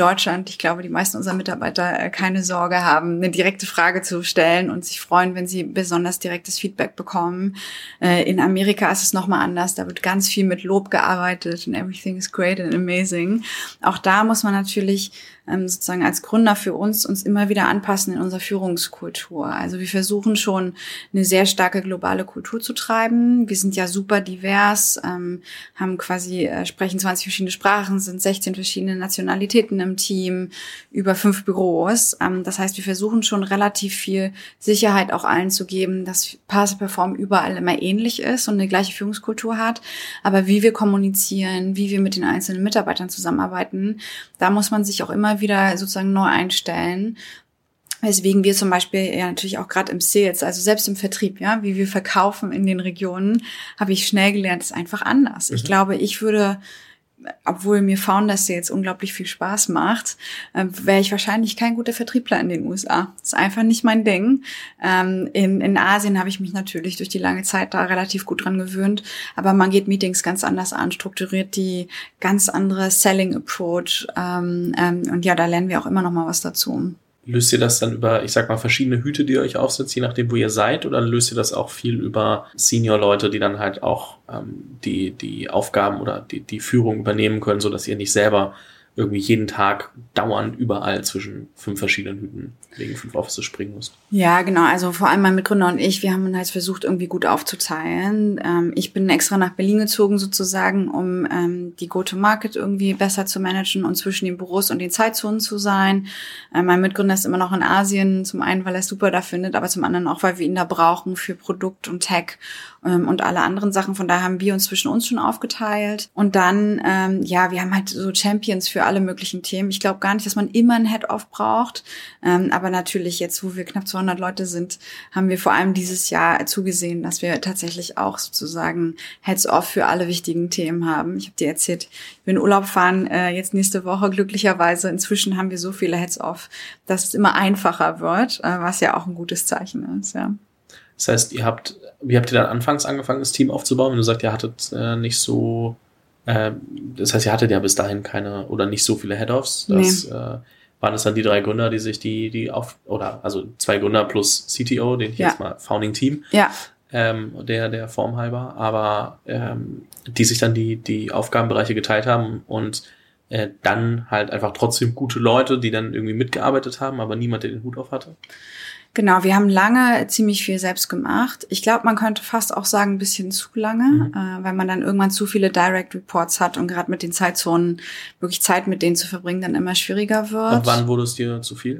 Deutschland, ich glaube, die meisten unserer Mitarbeiter keine Sorge haben, eine direkte Frage zu stellen und sich freuen, wenn sie besonders direktes Feedback bekommen. In Amerika ist es nochmal anders. Da wird ganz viel mit Lob gearbeitet und everything is great and amazing. Auch da muss man natürlich sozusagen als Gründer für uns uns immer wieder anpassen in unserer Führungskultur. Also wir versuchen schon eine sehr starke globale Kultur zu treiben. Wir sind ja super divers, ähm, haben quasi, äh, sprechen zwanzig verschiedene Sprachen, sind sechzehn verschiedene Nationalitäten im Team, über fünf Büros. Ähm, das heißt, wir versuchen schon relativ viel Sicherheit auch allen zu geben, dass Pass Perform überall immer ähnlich ist und eine gleiche Führungskultur hat. Aber wie wir kommunizieren, wie wir mit den einzelnen Mitarbeitern zusammenarbeiten, da muss man sich auch immer wieder sozusagen neu einstellen. Weswegen wir zum Beispiel ja natürlich auch gerade im Sales, also selbst im Vertrieb, ja, wie wir verkaufen in den Regionen, habe ich schnell gelernt, ist einfach anders. Mhm. Ich glaube, ich würde, obwohl mir Founder Sales unglaublich viel Spaß macht, äh, wäre ich wahrscheinlich kein guter Vertriebler in den U S A. Das ist einfach nicht mein Ding. Ähm, in, in Asien habe ich mich natürlich durch die lange Zeit da relativ gut dran gewöhnt, aber man geht Meetings ganz anders an, strukturiert die, ganz andere Selling Approach, ähm, ähm, und ja, da lernen wir auch immer noch mal was dazu. Löst ihr das dann über, ich sag mal, verschiedene Hüte, die ihr euch aufsetzt, je nachdem, wo ihr seid? Oder löst ihr das auch viel über Senior-Leute, die dann halt auch ähm, die die Aufgaben oder die die Führung übernehmen können, sodass ihr nicht selber irgendwie jeden Tag dauernd überall zwischen fünf verschiedenen Hüten wegen fünf Offices springen müsst? Ja, genau. Also vor allem mein Mitgründer und ich, wir haben halt versucht, irgendwie gut aufzuteilen. Ähm, ich bin extra nach Berlin gezogen sozusagen, um ähm, die Go-to-Market irgendwie besser zu managen und zwischen den Büros und den Zeitzonen zu sein. Äh, mein Mitgründer ist immer noch in Asien, zum einen, weil er es super da findet, aber zum anderen auch, weil wir ihn da brauchen für Produkt und Tech ähm, und alle anderen Sachen. Von daher haben wir uns zwischen uns schon aufgeteilt. Und dann, ähm, ja, wir haben halt so Champions für alle möglichen Themen. Ich glaube gar nicht, dass man immer ein Head-Off braucht, ähm, aber natürlich jetzt, wo wir knapp zweihundert Leute sind, haben wir vor allem dieses Jahr zugesehen, dass wir tatsächlich auch sozusagen Heads-Off für alle wichtigen Themen haben. Ich habe dir erzählt, ich will in Urlaub fahren, äh, jetzt nächste Woche glücklicherweise. Inzwischen haben wir so viele Heads-Off, dass es immer einfacher wird, äh, was ja auch ein gutes Zeichen ist, ja. Das heißt, ihr habt, wie habt ihr dann anfangs angefangen, das Team aufzubauen? Wenn du sagst, ihr hattet äh, nicht so, äh, das heißt, ihr hattet ja bis dahin keine oder nicht so viele Head-Offs. Das nee. äh, waren es dann die drei Gründer, die sich die, die auf, oder also zwei Gründer plus C T O, den ich ja. jetzt mal Founding Team, ja. ähm, der, der Form halber, aber ähm, die sich dann die, die Aufgabenbereiche geteilt haben und äh, dann halt einfach trotzdem gute Leute, die dann irgendwie mitgearbeitet haben, aber niemand, der den Hut auf hatte. Genau, wir haben lange ziemlich viel selbst gemacht. Ich glaube, man könnte fast auch sagen, ein bisschen zu lange, mhm. äh, weil man dann irgendwann zu viele Direct Reports hat und gerade mit den Zeitzonen wirklich Zeit mit denen zu verbringen dann immer schwieriger wird. Und wann wurde es dir zu viel?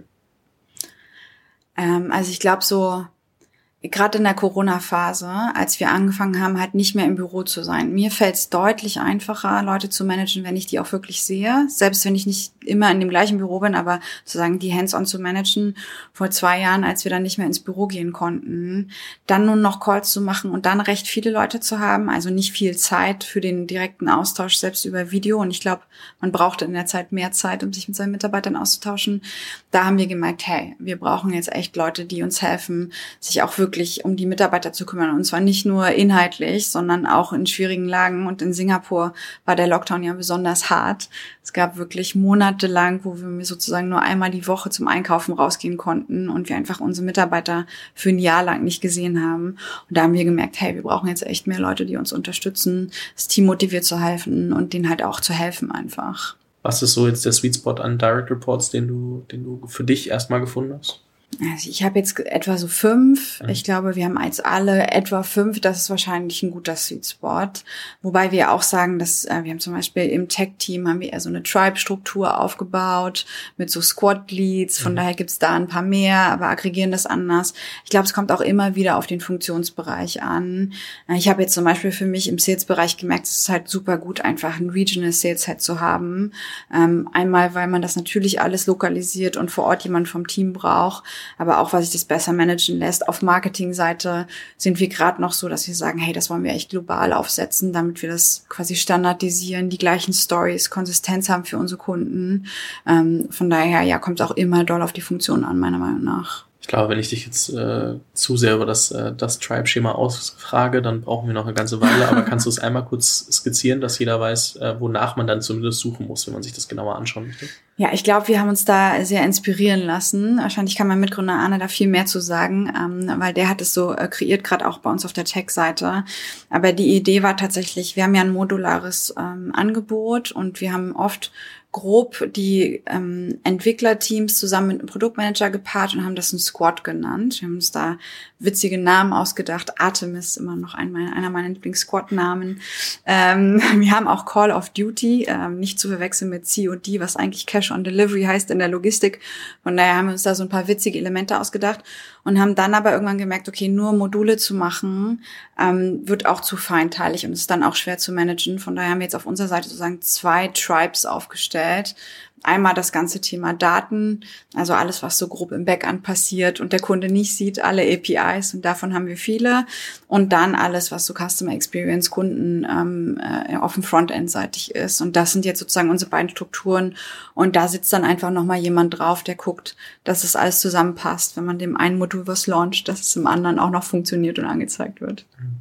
Ähm, also ich glaube so, gerade in der Corona-Phase, als wir angefangen haben, halt nicht mehr im Büro zu sein. Mir fällt es deutlich einfacher, Leute zu managen, wenn ich die auch wirklich sehe. Selbst wenn ich nicht immer in dem gleichen Büro bin, aber sozusagen die Hands-on zu managen. Vor zwei Jahren, als wir dann nicht mehr ins Büro gehen konnten, dann nur noch Calls zu machen und dann recht viele Leute zu haben. Also nicht viel Zeit für den direkten Austausch, selbst über Video. Und ich glaube, man brauchte in der Zeit mehr Zeit, um sich mit seinen Mitarbeitern auszutauschen. Da haben wir gemerkt, hey, wir brauchen jetzt echt Leute, die uns helfen, sich auch wirklich um die Mitarbeiter zu kümmern. Und zwar nicht nur inhaltlich, sondern auch in schwierigen Lagen. Und in Singapur war der Lockdown ja besonders hart. Es gab wirklich monatelang, wo wir sozusagen nur einmal die Woche zum Einkaufen rausgehen konnten und wir einfach unsere Mitarbeiter für ein Jahr lang nicht gesehen haben. Und da haben wir gemerkt, hey, wir brauchen jetzt echt mehr Leute, die uns unterstützen, das Team motiviert zu helfen und denen halt auch zu helfen einfach. Was ist so jetzt der Sweet Spot an Direct Reports, den du, den du für dich erstmal gefunden hast? Also ich habe jetzt etwa so fünf. Ich glaube, wir haben als alle etwa fünf. Das ist wahrscheinlich ein guter Sweet Spot. Wobei wir auch sagen, dass äh, wir haben zum Beispiel im Tech-Team haben wir eher so eine Tribe-Struktur aufgebaut mit so Squad-Leads. Von mhm. daher gibt's da ein paar mehr, aber aggregieren das anders. Ich glaube, es kommt auch immer wieder auf den Funktionsbereich an. Äh, ich habe jetzt zum Beispiel für mich im Sales-Bereich gemerkt, es ist halt super gut, einfach ein Regional Sales-Head zu haben. Ähm, einmal, weil man das natürlich alles lokalisiert und vor Ort jemand vom Team braucht. Aber auch, weil sich das besser managen lässt. Auf Marketingseite sind wir gerade noch so, dass wir sagen, hey, das wollen wir echt global aufsetzen, damit wir das quasi standardisieren, die gleichen Stories, Konsistenz haben für unsere Kunden. Ähm, von daher, ja, kommt es auch immer doll auf die Funktion an, meiner Meinung nach. Ich glaube, wenn ich dich jetzt äh, zu sehr über das, äh, das Tribe-Schema ausfrage, dann brauchen wir noch eine ganze Weile. Aber kannst du es einmal kurz skizzieren, dass jeder weiß, äh, wonach man dann zumindest suchen muss, wenn man sich das genauer anschauen möchte? Ja, ich glaube, wir haben uns da sehr inspirieren lassen. Wahrscheinlich kann mein Mitgründer Arne da viel mehr zu sagen, ähm, weil der hat es so äh, kreiert, gerade auch bei uns auf der Tech-Seite. Aber die Idee war tatsächlich, wir haben ja ein modulares ähm, Angebot und wir haben oft grob die ähm, Entwicklerteams zusammen mit einem Produktmanager gepaart und haben das ein Squad genannt. Wir haben uns da witzige Namen ausgedacht. Artemis, immer noch ein, einer meiner Lieblings-Squad-Namen. Ähm, wir haben auch Call of Duty, ähm, nicht zu verwechseln mit C O D, was eigentlich Cash on Delivery heißt in der Logistik. Von daher haben wir uns da so ein paar witzige Elemente ausgedacht und haben dann aber irgendwann gemerkt, okay, nur Module zu machen, ähm, wird auch zu feinteilig und ist dann auch schwer zu managen. Von daher haben wir jetzt auf unserer Seite sozusagen zwei Tribes aufgestellt. Einmal das ganze Thema Daten, also alles, was so grob im Backend passiert und der Kunde nicht sieht, alle A P Is, und davon haben wir viele. Und dann alles, was so Customer Experience, Kunden ähm, äh, auf dem Frontend-seitig ist. Und das sind jetzt sozusagen unsere beiden Strukturen. Und da sitzt dann einfach nochmal jemand drauf, der guckt, dass es alles zusammenpasst. Wenn man dem einen Modul was launcht, dass es im anderen auch noch funktioniert und angezeigt wird.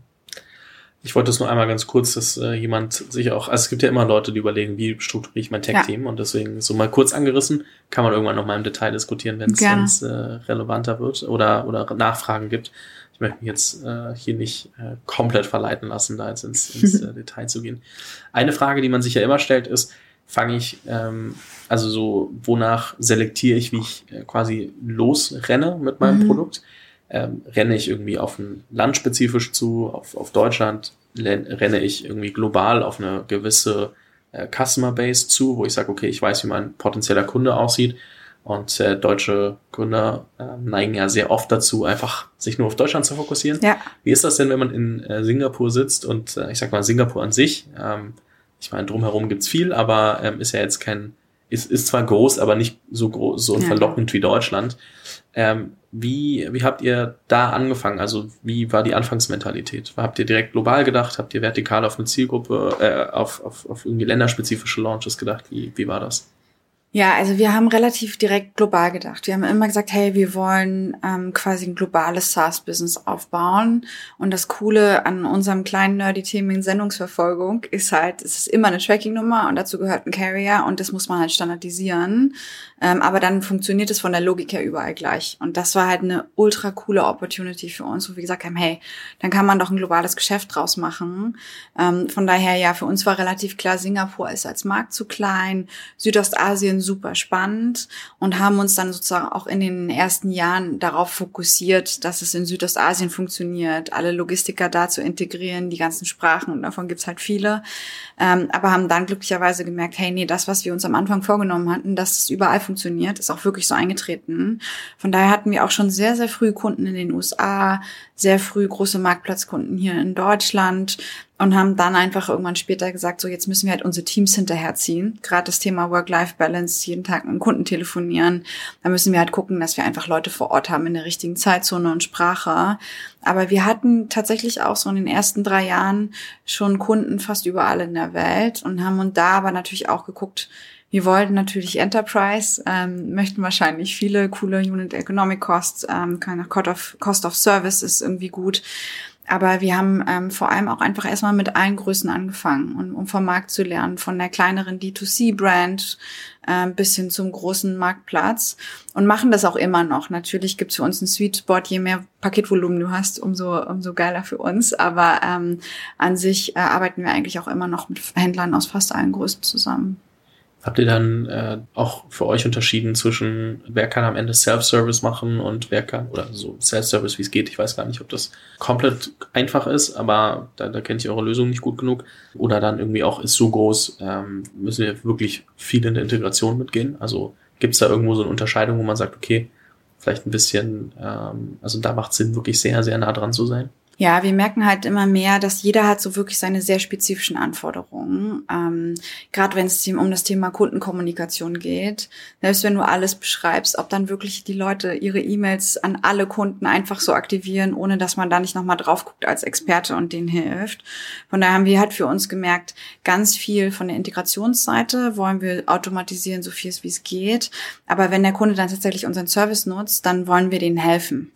Ich wollte es nur einmal ganz kurz, dass äh, jemand sich auch, also es gibt ja immer Leute, die überlegen, wie strukturiere ich mein Tech-Team, ja. Und deswegen so mal kurz angerissen, kann man irgendwann noch mal im Detail diskutieren, wenn es äh, relevanter wird oder oder Nachfragen gibt. Ich möchte mich jetzt äh, hier nicht äh, komplett verleiten lassen, da jetzt ins, ins äh, Detail zu gehen. Eine Frage, die man sich ja immer stellt, ist, fange ich, ähm, also so, wonach selektiere ich, wie ich äh, quasi losrenne mit meinem mhm. Produkt? Ähm, renne ich irgendwie auf ein Land spezifisch zu, auf, auf Deutschland, renne ich irgendwie global auf eine gewisse äh, Customer Base zu, wo ich sage, okay, ich weiß, wie mein potenzieller Kunde aussieht, und äh, deutsche Gründer äh, neigen ja sehr oft dazu, einfach sich nur auf Deutschland zu fokussieren. Ja. Wie ist das denn, wenn man in äh, Singapur sitzt und äh, ich sag mal Singapur an sich, ähm, ich meine, drumherum gibt's viel, aber ähm, ist ja jetzt kein, ist, ist zwar groß, aber nicht so groß, so ja. verlockend wie Deutschland. Ähm, wie, wie habt ihr da angefangen? Also wie war die Anfangsmentalität? Habt ihr direkt global gedacht? Habt ihr vertikal auf eine Zielgruppe, äh, auf, auf, auf irgendwie länderspezifische Launches gedacht? Wie, wie war das? Ja, also wir haben relativ direkt global gedacht. Wir haben immer gesagt, hey, wir wollen ähm, quasi ein globales SaaS-Business aufbauen. Und das Coole an unserem kleinen nerdy-Thema Sendungsverfolgung ist halt, es ist immer eine Tracking-Nummer und dazu gehört ein Carrier und das muss man halt standardisieren. Ähm, aber dann funktioniert es von der Logik her überall gleich. Und das war halt eine ultra coole Opportunity für uns, wo wir gesagt haben, hey, dann kann man doch ein globales Geschäft draus machen. Ähm, von daher, ja, für uns war relativ klar, Singapur ist als Markt zu klein, Südostasien super spannend, und haben uns dann sozusagen auch in den ersten Jahren darauf fokussiert, dass es in Südostasien funktioniert, alle Logistiker da zu integrieren, die ganzen Sprachen, und davon gibt's halt viele. Ähm, aber haben dann glücklicherweise gemerkt, hey, nee, das, was wir uns am Anfang vorgenommen hatten, dass es überall funktioniert, ist auch wirklich so eingetreten. Von daher hatten wir auch schon sehr, sehr früh Kunden in den U S A, sehr früh große Marktplatzkunden hier in Deutschland, und haben dann einfach irgendwann später gesagt, so jetzt müssen wir halt unsere Teams hinterherziehen. Gerade das Thema Work-Life-Balance, jeden Tag mit dem Kunden telefonieren. Da müssen wir halt gucken, dass wir einfach Leute vor Ort haben in der richtigen Zeitzone und Sprache. Aber wir hatten tatsächlich auch so in den ersten drei Jahren schon Kunden fast überall in der Welt und haben uns da aber natürlich auch geguckt, wir wollten natürlich Enterprise, ähm, möchten wahrscheinlich viele coole Unit Economic Costs, ähm, keine Cost of, Cost of Service ist irgendwie gut. Aber wir haben ähm, vor allem auch einfach erstmal mit allen Größen angefangen, und, um vom Markt zu lernen, von der kleineren D zwei C-Brand äh, bis hin zum großen Marktplatz, und machen das auch immer noch. Natürlich gibt's für uns einen Sweet Spot, je mehr Paketvolumen du hast, umso umso geiler für uns. Aber ähm, an sich äh, arbeiten wir eigentlich auch immer noch mit Händlern aus fast allen Größen zusammen. Habt ihr dann äh, auch für euch unterschieden zwischen, wer kann am Ende Self-Service machen und wer kann, oder so Self-Service, wie es geht, ich weiß gar nicht, ob das komplett einfach ist, aber da, da kenne ich eure Lösung nicht gut genug. Oder dann irgendwie auch, ist so groß, ähm, müssen wir wirklich viel in der Integration mitgehen? Also gibt es da irgendwo so eine Unterscheidung, wo man sagt, okay, vielleicht ein bisschen, ähm, also da macht es Sinn, wirklich sehr, sehr nah dran zu sein? Ja, wir merken halt immer mehr, dass jeder hat so wirklich seine sehr spezifischen Anforderungen. Ähm, gerade wenn es um das Thema Kundenkommunikation geht. Selbst wenn du alles beschreibst, ob dann wirklich die Leute ihre E-Mails an alle Kunden einfach so aktivieren, ohne dass man da nicht nochmal drauf guckt als Experte und denen hilft. Von daher haben wir halt für uns gemerkt, ganz viel von der Integrationsseite wollen wir automatisieren, so viel wie es geht. Aber wenn der Kunde dann tatsächlich unseren Service nutzt, dann wollen wir denen helfen.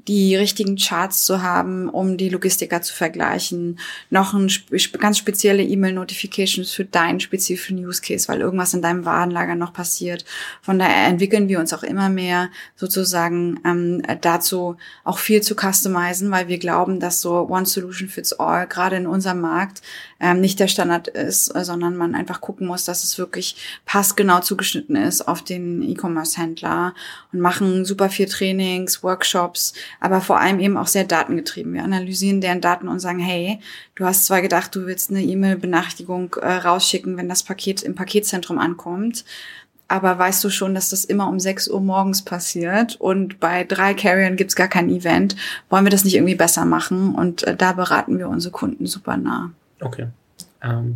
die richtigen Charts zu haben, um die Logistiker zu vergleichen, noch ein spe- ganz spezielle E-Mail-Notifications für deinen spezifischen Use Case, weil irgendwas in deinem Warenlager noch passiert. Von daher entwickeln wir uns auch immer mehr sozusagen ähm, dazu, auch viel zu customizen, weil wir glauben, dass so One Solution Fits All gerade in unserem Markt ähm, nicht der Standard ist, äh, sondern man einfach gucken muss, dass es wirklich passgenau zugeschnitten ist auf den E-Commerce-Händler, und machen super viel Trainings, Workshops, aber vor allem eben auch sehr datengetrieben. Wir analysieren deren Daten und sagen, hey, du hast zwar gedacht, du willst eine E-Mail-Benachrichtigung äh, rausschicken, wenn das Paket im Paketzentrum ankommt, aber weißt du schon, dass das immer um sechs Uhr morgens passiert und bei drei Carriern gibt's gar kein Event? Wollen wir das nicht irgendwie besser machen? Und äh, da beraten wir unsere Kunden super nah. Okay. Ähm,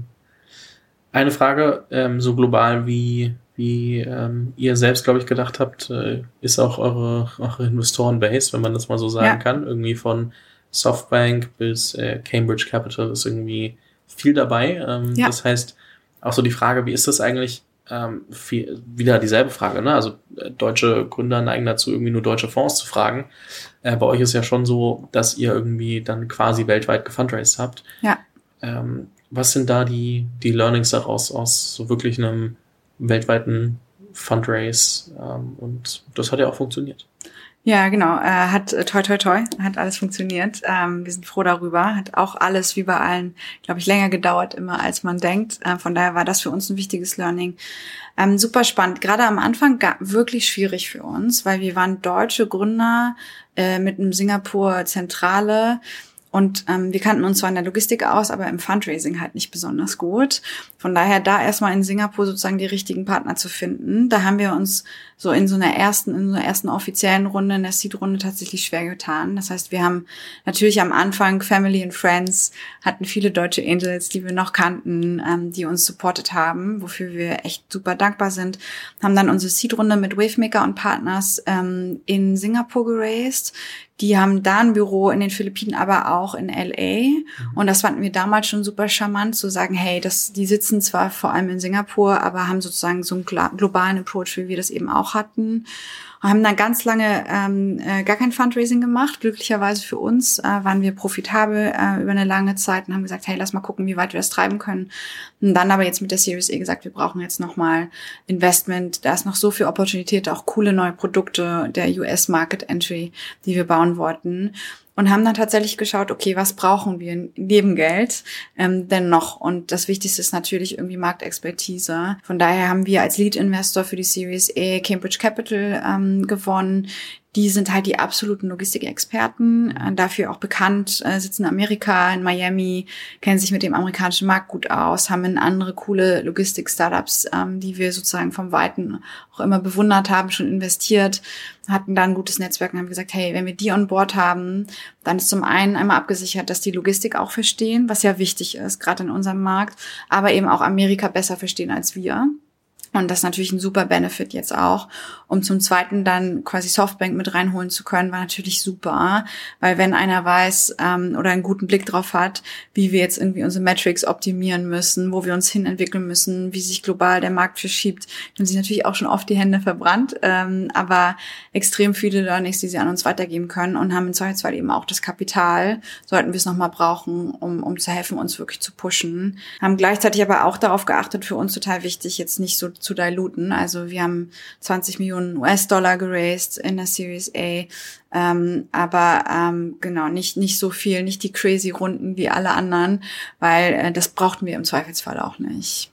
eine Frage, ähm, so global wie wie ähm, ihr selbst, glaube ich, gedacht habt, äh, ist auch eure, eure Investoren-Base, wenn man das mal so sagen ja. kann. Irgendwie von Softbank bis äh, Cambridge Capital ist irgendwie viel dabei. Ähm, ja. Das heißt, auch so die Frage, wie ist das eigentlich? Ähm, viel, wieder dieselbe Frage, ne? Also äh, deutsche Gründer neigen dazu, irgendwie nur deutsche Fonds zu fragen. Äh, bei euch ist ja schon so, dass ihr irgendwie dann quasi weltweit gefundraised habt. Ja. Ähm, was sind da die, die Learnings daraus aus so wirklich einem weltweiten Fundraise, ähm, und das hat ja auch funktioniert. Ja, genau, äh, hat äh, toi toi toi, hat alles funktioniert. Ähm, wir sind froh darüber, hat auch alles wie bei allen, glaube ich, länger gedauert immer, als man denkt. Äh, von daher war das für uns ein wichtiges Learning. Ähm, super spannend, gerade am Anfang gar, wirklich schwierig für uns, weil wir waren deutsche Gründer äh, mit einem Singapur-Zentrale. Und ähm, wir kannten uns zwar in der Logistik aus, aber im Fundraising halt nicht besonders gut. Von daher da erstmal in Singapur sozusagen die richtigen Partner zu finden. Da haben wir uns so in so einer ersten, in so einer ersten offiziellen Runde, in der Seed-Runde tatsächlich schwer getan. Das heißt, wir haben natürlich am Anfang Family and Friends, hatten viele deutsche Angels, die wir noch kannten, ähm, die uns supportet haben, wofür wir echt super dankbar sind. Haben dann unsere Seed-Runde mit Wavemaker und Partners ähm, in Singapur geraced. Die haben da ein Büro in den Philippinen, aber auch in L A. Und das fanden wir damals schon super charmant, zu sagen, hey, das, die sitzen zwar vor allem in Singapur, aber haben sozusagen so einen globalen Approach, wie wir das eben auch hatten. Und haben dann ganz lange ähm, äh, gar kein Fundraising gemacht. Glücklicherweise für uns äh, waren wir profitabel äh, über eine lange Zeit und haben gesagt, hey, lass mal gucken, wie weit wir das treiben können. Und dann aber jetzt mit der Series A gesagt, wir brauchen jetzt nochmal Investment. Da ist noch so viel Opportunität, auch coole neue Produkte, der U S Market Entry, die wir bauen wollten. Und haben dann tatsächlich geschaut, okay, was brauchen wir neben Geld ähm, denn noch? Und das Wichtigste ist natürlich irgendwie Marktexpertise. Von daher haben wir als Lead-Investor für die Series A Cambridge Capital ähm, gewonnen. Die sind halt die absoluten Logistikexperten, äh, dafür auch bekannt, äh, sitzen in Amerika, in Miami, kennen sich mit dem amerikanischen Markt gut aus, haben in andere coole Logistik-Startups, ähm, die wir sozusagen vom Weiten auch immer bewundert haben, schon investiert, hatten da ein gutes Netzwerk und haben gesagt, hey, wenn wir die on board haben, dann ist zum einen einmal abgesichert, dass die Logistik auch verstehen, was ja wichtig ist, gerade in unserem Markt, aber eben auch Amerika besser verstehen als wir. Und das ist natürlich ein super Benefit jetzt auch, um zum Zweiten dann quasi Softbank mit reinholen zu können, war natürlich super, weil wenn einer weiß ähm, oder einen guten Blick drauf hat, wie wir jetzt irgendwie unsere Metrics optimieren müssen, wo wir uns hin entwickeln müssen, wie sich global der Markt verschiebt, dann sind natürlich auch schon oft die Hände verbrannt, ähm, aber extrem viele Learnings, die sie an uns weitergeben können und haben im Zweifelsfall eben auch das Kapital, sollten wir es nochmal brauchen, um um zu helfen, uns wirklich zu pushen. Haben gleichzeitig aber auch darauf geachtet, für uns total wichtig, jetzt nicht so zu diluten. Also wir haben zwanzig Millionen U S-Dollar geraced in der Series A, ähm, aber ähm, genau, nicht nicht so viel, nicht die crazy Runden wie alle anderen, weil äh, das brauchten wir im Zweifelsfall auch nicht.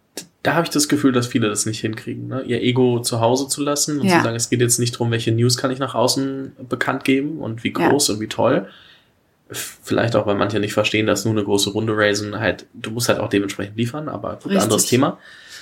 Da habe ich das Gefühl, dass viele das nicht hinkriegen, ne? Ihr Ego zu Hause zu lassen und ja. zu sagen, es geht jetzt nicht darum, welche News kann ich nach außen bekannt geben und wie groß ja. und wie toll. Vielleicht auch, weil manche nicht verstehen, dass nur eine große Runde raisen halt, du musst halt auch dementsprechend liefern, aber ein anderes Thema.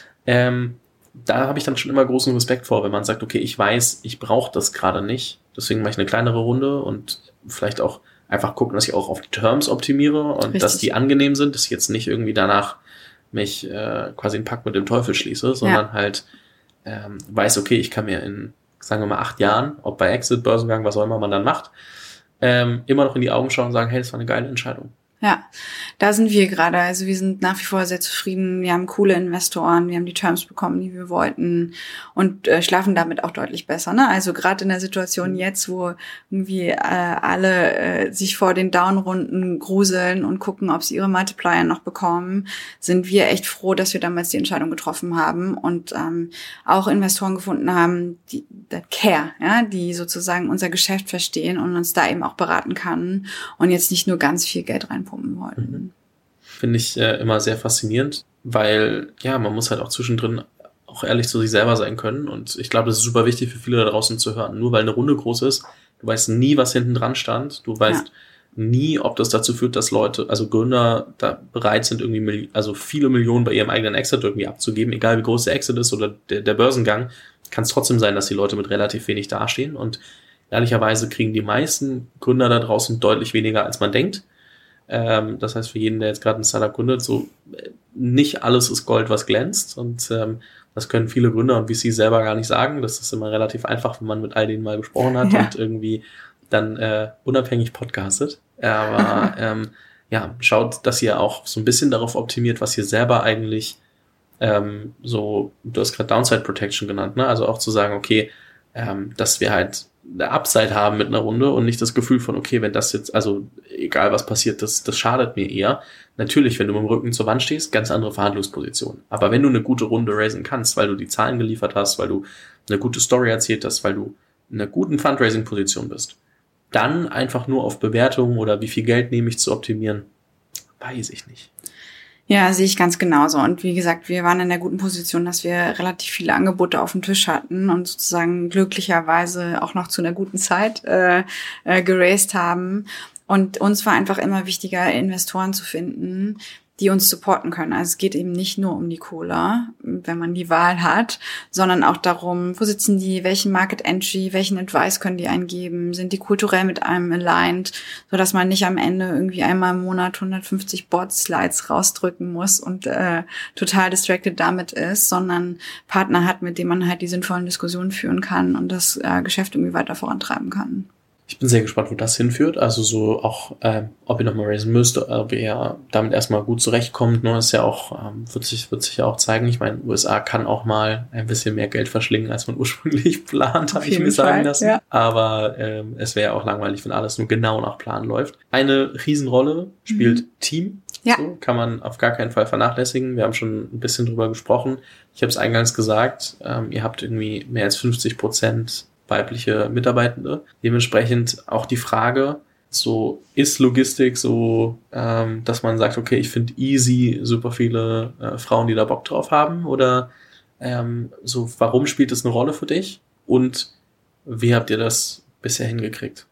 Ähm, da habe ich dann schon immer großen Respekt vor, wenn man sagt, okay, ich weiß, ich brauche das gerade nicht, deswegen mache ich eine kleinere Runde und vielleicht auch einfach gucken, dass ich auch auf die Terms optimiere und Richtig. Dass die angenehm sind, dass ich jetzt nicht irgendwie danach mich äh, quasi einen Pakt mit dem Teufel schließe, sondern ja. halt ähm, weiß, okay, ich kann mir in, sagen wir mal, acht Jahren, ob bei Exit, Börsengang, was auch immer man dann macht, ähm, immer noch in die Augen schauen und sagen, hey, das war eine geile Entscheidung. Ja, da sind wir gerade. Also wir sind nach wie vor sehr zufrieden. Wir haben coole Investoren, wir haben die Terms bekommen, die wir wollten und äh, schlafen damit auch deutlich besser. Ne? Also gerade in der Situation jetzt, wo irgendwie äh, alle äh, sich vor den Downrunden gruseln und gucken, ob sie ihre Multiplier noch bekommen, sind wir echt froh, dass wir damals die Entscheidung getroffen haben und ähm, auch Investoren gefunden haben, die that care, ja, die sozusagen unser Geschäft verstehen und uns da eben auch beraten kann und jetzt nicht nur ganz viel Geld reinpumpen wollten. Finde ich äh, immer sehr faszinierend, weil ja, man muss halt auch zwischendrin auch ehrlich zu sich selber sein können und ich glaube, das ist super wichtig für viele da draußen zu hören. Nur weil eine Runde groß ist, du weißt nie, was hinten dran stand, du weißt ja. nie, ob das dazu führt, dass Leute, also Gründer da bereit sind, irgendwie also viele Millionen bei ihrem eigenen Exit irgendwie abzugeben, egal wie groß der Exit ist oder der, der Börsengang, kann es trotzdem sein, dass die Leute mit relativ wenig dastehen und ehrlicherweise kriegen die meisten Gründer da draußen deutlich weniger, als man denkt. Ähm, das heißt, für jeden, der jetzt gerade ein Startup gründet, so nicht alles ist Gold, was glänzt und ähm, das können viele Gründer und V C selber gar nicht sagen. Das ist immer relativ einfach, wenn man mit all denen mal gesprochen hat ja. und irgendwie dann äh, unabhängig podcastet. Aber ähm, ja, schaut, dass ihr auch so ein bisschen darauf optimiert, was ihr selber eigentlich ähm, so, du hast gerade Downside Protection genannt, ne? Also auch zu sagen, okay, ähm, dass wir halt eine Upside haben mit einer Runde und nicht das Gefühl von, okay, wenn das jetzt, also egal was passiert, das, das schadet mir eher. Natürlich, wenn du mit dem Rücken zur Wand stehst, ganz andere Verhandlungsposition. Aber wenn du eine gute Runde raisen kannst, weil du die Zahlen geliefert hast, weil du eine gute Story erzählt hast, weil du in einer guten Fundraising-Position bist, dann einfach nur auf Bewertungen oder wie viel Geld nehme ich zu optimieren, weiß ich nicht. Ja, sehe ich ganz genauso. Und wie gesagt, wir waren in der guten Position, dass wir relativ viele Angebote auf dem Tisch hatten und sozusagen glücklicherweise auch noch zu einer guten Zeit äh, äh, geraced haben. Und uns war einfach immer wichtiger, Investoren zu finden, die uns supporten können. Also es geht eben nicht nur um die Cola, wenn man die Wahl hat, sondern auch darum, wo sitzen die, welchen Market Entry, welchen Advice können die eingeben, sind die kulturell mit einem aligned, sodass man nicht am Ende irgendwie einmal im Monat hundertfünfzig Board-Slides rausdrücken muss und äh, total distracted damit ist, sondern Partner hat, mit dem man halt die sinnvollen Diskussionen führen kann und das äh, Geschäft irgendwie weiter vorantreiben kann. Ich bin sehr gespannt, wo das hinführt. Also so auch, ähm, ob ihr nochmal raisen müsst, ob ihr damit erstmal gut zurechtkommt. Ne, ist ja auch, ähm, wird sich, wird sich ja auch zeigen. Ich meine, U S A kann auch mal ein bisschen mehr Geld verschlingen, als man ursprünglich plant, habe ich mir sagen lassen. Ja. Aber ähm, es wäre auch langweilig, wenn alles nur genau nach Plan läuft. Eine Riesenrolle spielt mhm. Team. Ja. So, kann man auf gar keinen Fall vernachlässigen. Wir haben schon ein bisschen drüber gesprochen. Ich habe es eingangs gesagt, ähm, ihr habt irgendwie mehr als fünfzig Prozent weibliche Mitarbeitende. Dementsprechend auch die Frage, so ist Logistik so, ähm, dass man sagt, okay, ich finde easy super viele äh, Frauen, die da Bock drauf haben oder ähm, so, warum spielt das eine Rolle für dich und wie habt ihr das bisher hingekriegt?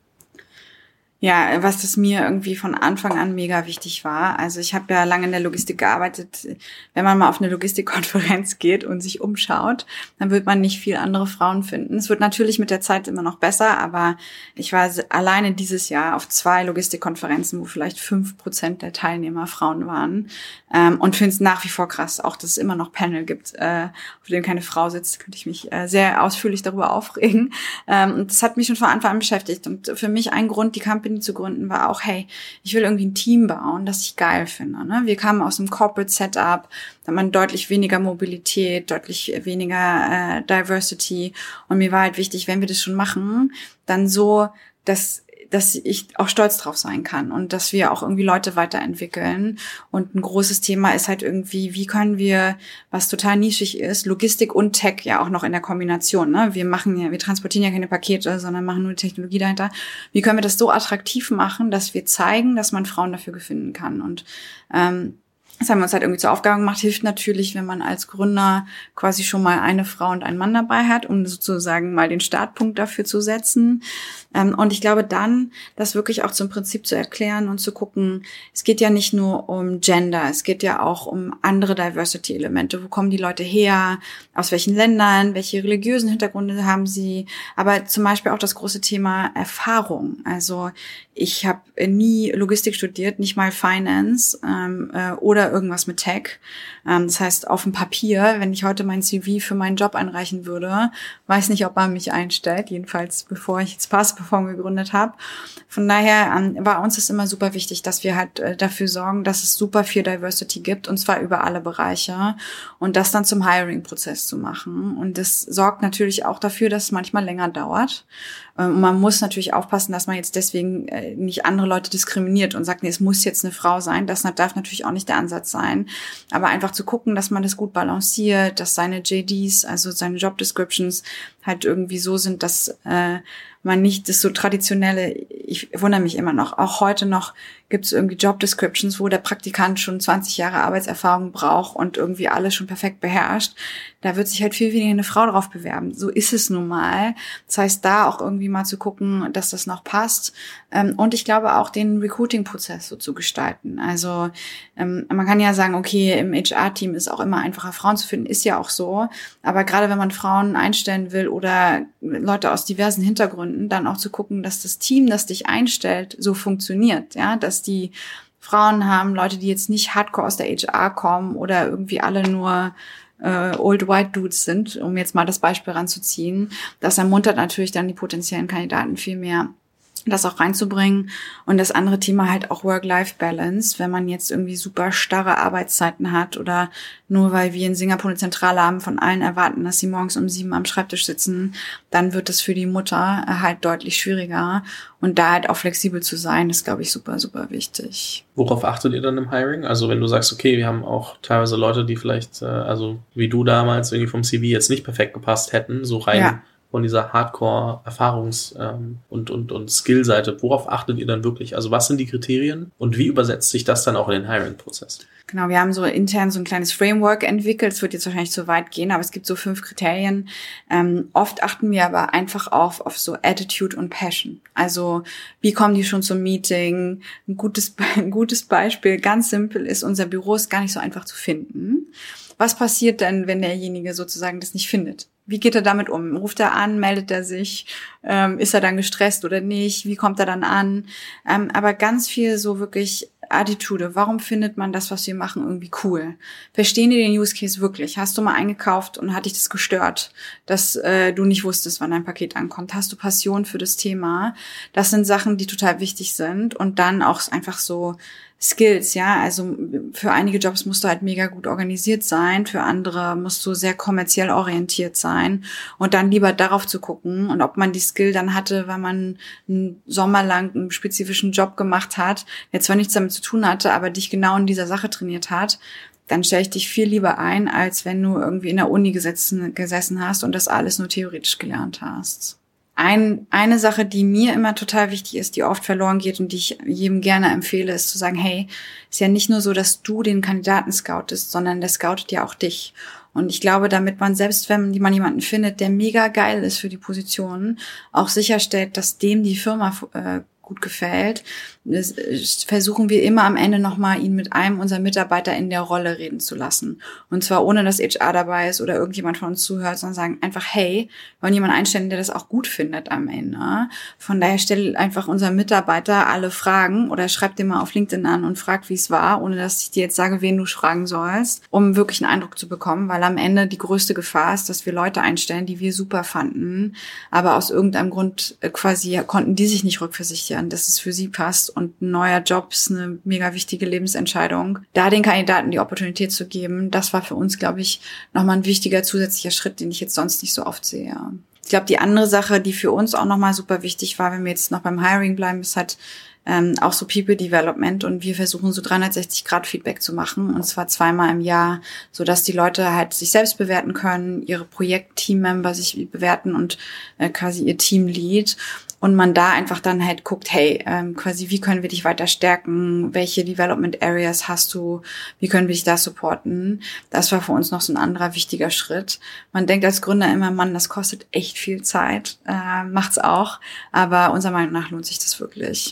Ja, was das mir irgendwie von Anfang an mega wichtig war. Also ich habe ja lange in der Logistik gearbeitet. Wenn man mal auf eine Logistikkonferenz geht und sich umschaut, dann wird man nicht viel andere Frauen finden. Es wird natürlich mit der Zeit immer noch besser, aber ich war alleine dieses Jahr auf zwei Logistikkonferenzen, wo vielleicht fünf Prozent der Teilnehmer Frauen waren. Ähm, und finde es nach wie vor krass, auch dass es immer noch Panel gibt, äh, auf dem keine Frau sitzt. Könnte ich mich äh, sehr ausführlich darüber aufregen. Ähm, und das hat mich schon von Anfang an beschäftigt. Und für mich ein Grund, die Company zu gründen, war auch, hey, ich will irgendwie ein Team bauen, das ich geil finde. Ne? Wir kamen aus einem Corporate Setup, da hat man deutlich weniger Mobilität, deutlich weniger äh, Diversity und mir war halt wichtig, wenn wir das schon machen, dann so, dass dass ich auch stolz drauf sein kann und dass wir auch irgendwie Leute weiterentwickeln. Und ein großes Thema ist halt irgendwie, wie können wir, was total nischig ist, Logistik und Tech ja auch noch in der Kombination. Ne? Wir machen ja, wir transportieren ja keine Pakete, sondern machen nur die Technologie dahinter. Wie können wir das so attraktiv machen, dass wir zeigen, dass man Frauen dafür gewinnen kann? Und ähm, das haben wir uns halt irgendwie zur Aufgabe gemacht. Hilft natürlich, wenn man als Gründer quasi schon mal eine Frau und einen Mann dabei hat, um sozusagen mal den Startpunkt dafür zu setzen. Und ich glaube dann, das wirklich auch zum Prinzip zu erklären und zu gucken, es geht ja nicht nur um Gender, es geht ja auch um andere Diversity-Elemente. Wo kommen die Leute her? Aus welchen Ländern? Welche religiösen Hintergründe haben sie? Aber zum Beispiel auch das große Thema Erfahrung. Also ich habe nie Logistik studiert, nicht mal Finance ähm, äh, oder oder irgendwas mit Tech. Ähm, das heißt, auf dem Papier, wenn ich heute mein C V für meinen Job einreichen würde, weiß nicht, ob man mich einstellt, jedenfalls bevor ich jetzt Passperform gegründet habe. Von daher ähm, war uns es immer super wichtig, dass wir halt äh, dafür sorgen, dass es super viel Diversity gibt, und zwar über alle Bereiche, und das dann zum Hiring-Prozess zu machen. Und das sorgt natürlich auch dafür, dass es manchmal länger dauert. Und man muss natürlich aufpassen, dass man jetzt deswegen nicht andere Leute diskriminiert und sagt, nee, es muss jetzt eine Frau sein. Das darf natürlich auch nicht der Ansatz sein. Aber einfach zu gucken, dass man das gut balanciert, dass seine J Ds, also seine Job Descriptions, halt irgendwie so sind, dass äh, man nicht das so traditionelle, ich wundere mich immer noch, auch heute noch gibt es irgendwie Job Descriptions, wo der Praktikant schon zwanzig Jahre Arbeitserfahrung braucht und irgendwie alles schon perfekt beherrscht. Da wird sich halt viel weniger eine Frau drauf bewerben. So ist es nun mal. Das heißt, da auch irgendwie mal zu gucken, dass das noch passt. Und ich glaube auch, den Recruiting-Prozess so zu gestalten. Also man kann ja sagen, okay, im H R-Team ist auch immer einfacher, Frauen zu finden, ist ja auch so. Aber gerade wenn man Frauen einstellen will oder Leute aus diversen Hintergründen, dann auch zu gucken, dass das Team, das dich einstellt, so funktioniert. Ja, dass die Frauen haben, Leute, die jetzt nicht hardcore aus der H R kommen oder irgendwie alle nur äh, Old White Dudes sind, um jetzt mal das Beispiel ranzuziehen. Das ermuntert natürlich dann die potenziellen Kandidaten viel mehr, das auch reinzubringen. Und das andere Thema halt auch Work-Life-Balance. Wenn man jetzt irgendwie super starre Arbeitszeiten hat oder nur weil wir in Singapur eine Zentrale haben, von allen erwarten, dass sie morgens um sieben am Schreibtisch sitzen, dann wird es für die Mutter halt deutlich schwieriger. Und da halt auch flexibel zu sein, ist, glaube ich, super, super wichtig. Worauf achtet ihr dann im Hiring? Also wenn du sagst, okay, wir haben auch teilweise Leute, die vielleicht, äh, also wie du damals irgendwie vom C V jetzt nicht perfekt gepasst hätten, so rein ja. von dieser Hardcore-Erfahrungs- ähm, und, und, und Skill-Seite. Worauf achtet ihr dann wirklich? Also was sind die Kriterien und wie übersetzt sich das dann auch in den Hiring-Prozess? Genau, wir haben so intern so ein kleines Framework entwickelt. Es wird jetzt wahrscheinlich zu weit gehen, aber es gibt so fünf Kriterien. Ähm, oft achten wir aber einfach auf, auf so Attitude und Passion. Also wie kommen die schon zum Meeting? Ein gutes, ein gutes Beispiel, ganz simpel, ist, unser Büro ist gar nicht so einfach zu finden. Was passiert denn, wenn derjenige sozusagen das nicht findet? Wie geht er damit um? Ruft er an? Meldet er sich? Ähm, ist er dann gestresst oder nicht? Wie kommt er dann an? Ähm, aber ganz viel so wirklich Attitude. Warum findet man das, was wir machen, irgendwie cool? Verstehen die den Use Case wirklich? Hast du mal eingekauft und hat dich das gestört, dass äh, du nicht wusstest, wann dein Paket ankommt? Hast du Passion für das Thema? Das sind Sachen, die total wichtig sind. Und dann auch einfach so Skills, ja, also für einige Jobs musst du halt mega gut organisiert sein, für andere musst du sehr kommerziell orientiert sein und dann lieber darauf zu gucken und ob man die Skill dann hatte, weil man einen Sommer lang einen spezifischen Job gemacht hat, der zwar nichts damit zu tun hatte, aber dich genau in dieser Sache trainiert hat, dann stelle ich dich viel lieber ein, als wenn du irgendwie in der Uni gesessen, gesessen hast und das alles nur theoretisch gelernt hast. Ein, eine Sache, die mir immer total wichtig ist, die oft verloren geht und die ich jedem gerne empfehle, ist zu sagen, hey, ist ja nicht nur so, dass du den Kandidaten scoutest, sondern der scoutet ja auch dich. Und ich glaube, damit man, selbst wenn man jemanden findet, der mega geil ist für die Position, auch sicherstellt, dass dem die Firma äh, gut gefällt, das versuchen wir immer am Ende nochmal, ihn mit einem unserer Mitarbeiter in der Rolle reden zu lassen. Und zwar ohne, dass H R dabei ist oder irgendjemand von uns zuhört, sondern sagen einfach, hey, wir wollen jemanden einstellen, der das auch gut findet am Ende. Von daher stellt einfach unser Mitarbeiter alle Fragen oder schreibt den mal auf LinkedIn an und fragt, wie es war, ohne dass ich dir jetzt sage, wen du fragen sollst, um wirklich einen Eindruck zu bekommen, weil am Ende die größte Gefahr ist, dass wir Leute einstellen, die wir super fanden, aber aus irgendeinem Grund quasi konnten die sich nicht rückversichern, dass es für sie passt. Und ein neuer Job ist eine mega wichtige Lebensentscheidung. Da den Kandidaten die Opportunität zu geben, das war für uns, glaube ich, nochmal ein wichtiger zusätzlicher Schritt, den ich jetzt sonst nicht so oft sehe. Ich glaube, die andere Sache, die für uns auch nochmal super wichtig war, wenn wir jetzt noch beim Hiring bleiben, ist halt ähm, auch so People Development. Und wir versuchen so dreihundertsechzig Grad Feedback zu machen, und zwar zweimal im Jahr, sodass die Leute halt sich selbst bewerten können, ihre Projekt-Team-Member sich bewerten und äh, quasi ihr Team-Lead. Und man da einfach dann halt guckt, hey, ähm, quasi, wie können wir dich weiter stärken? Welche Development Areas hast du? Wie können wir dich da supporten? Das war für uns noch so ein anderer wichtiger Schritt. Man denkt als Gründer immer, Mann, das kostet echt viel Zeit. Äh, macht's auch. Aber unserer Meinung nach lohnt sich das wirklich.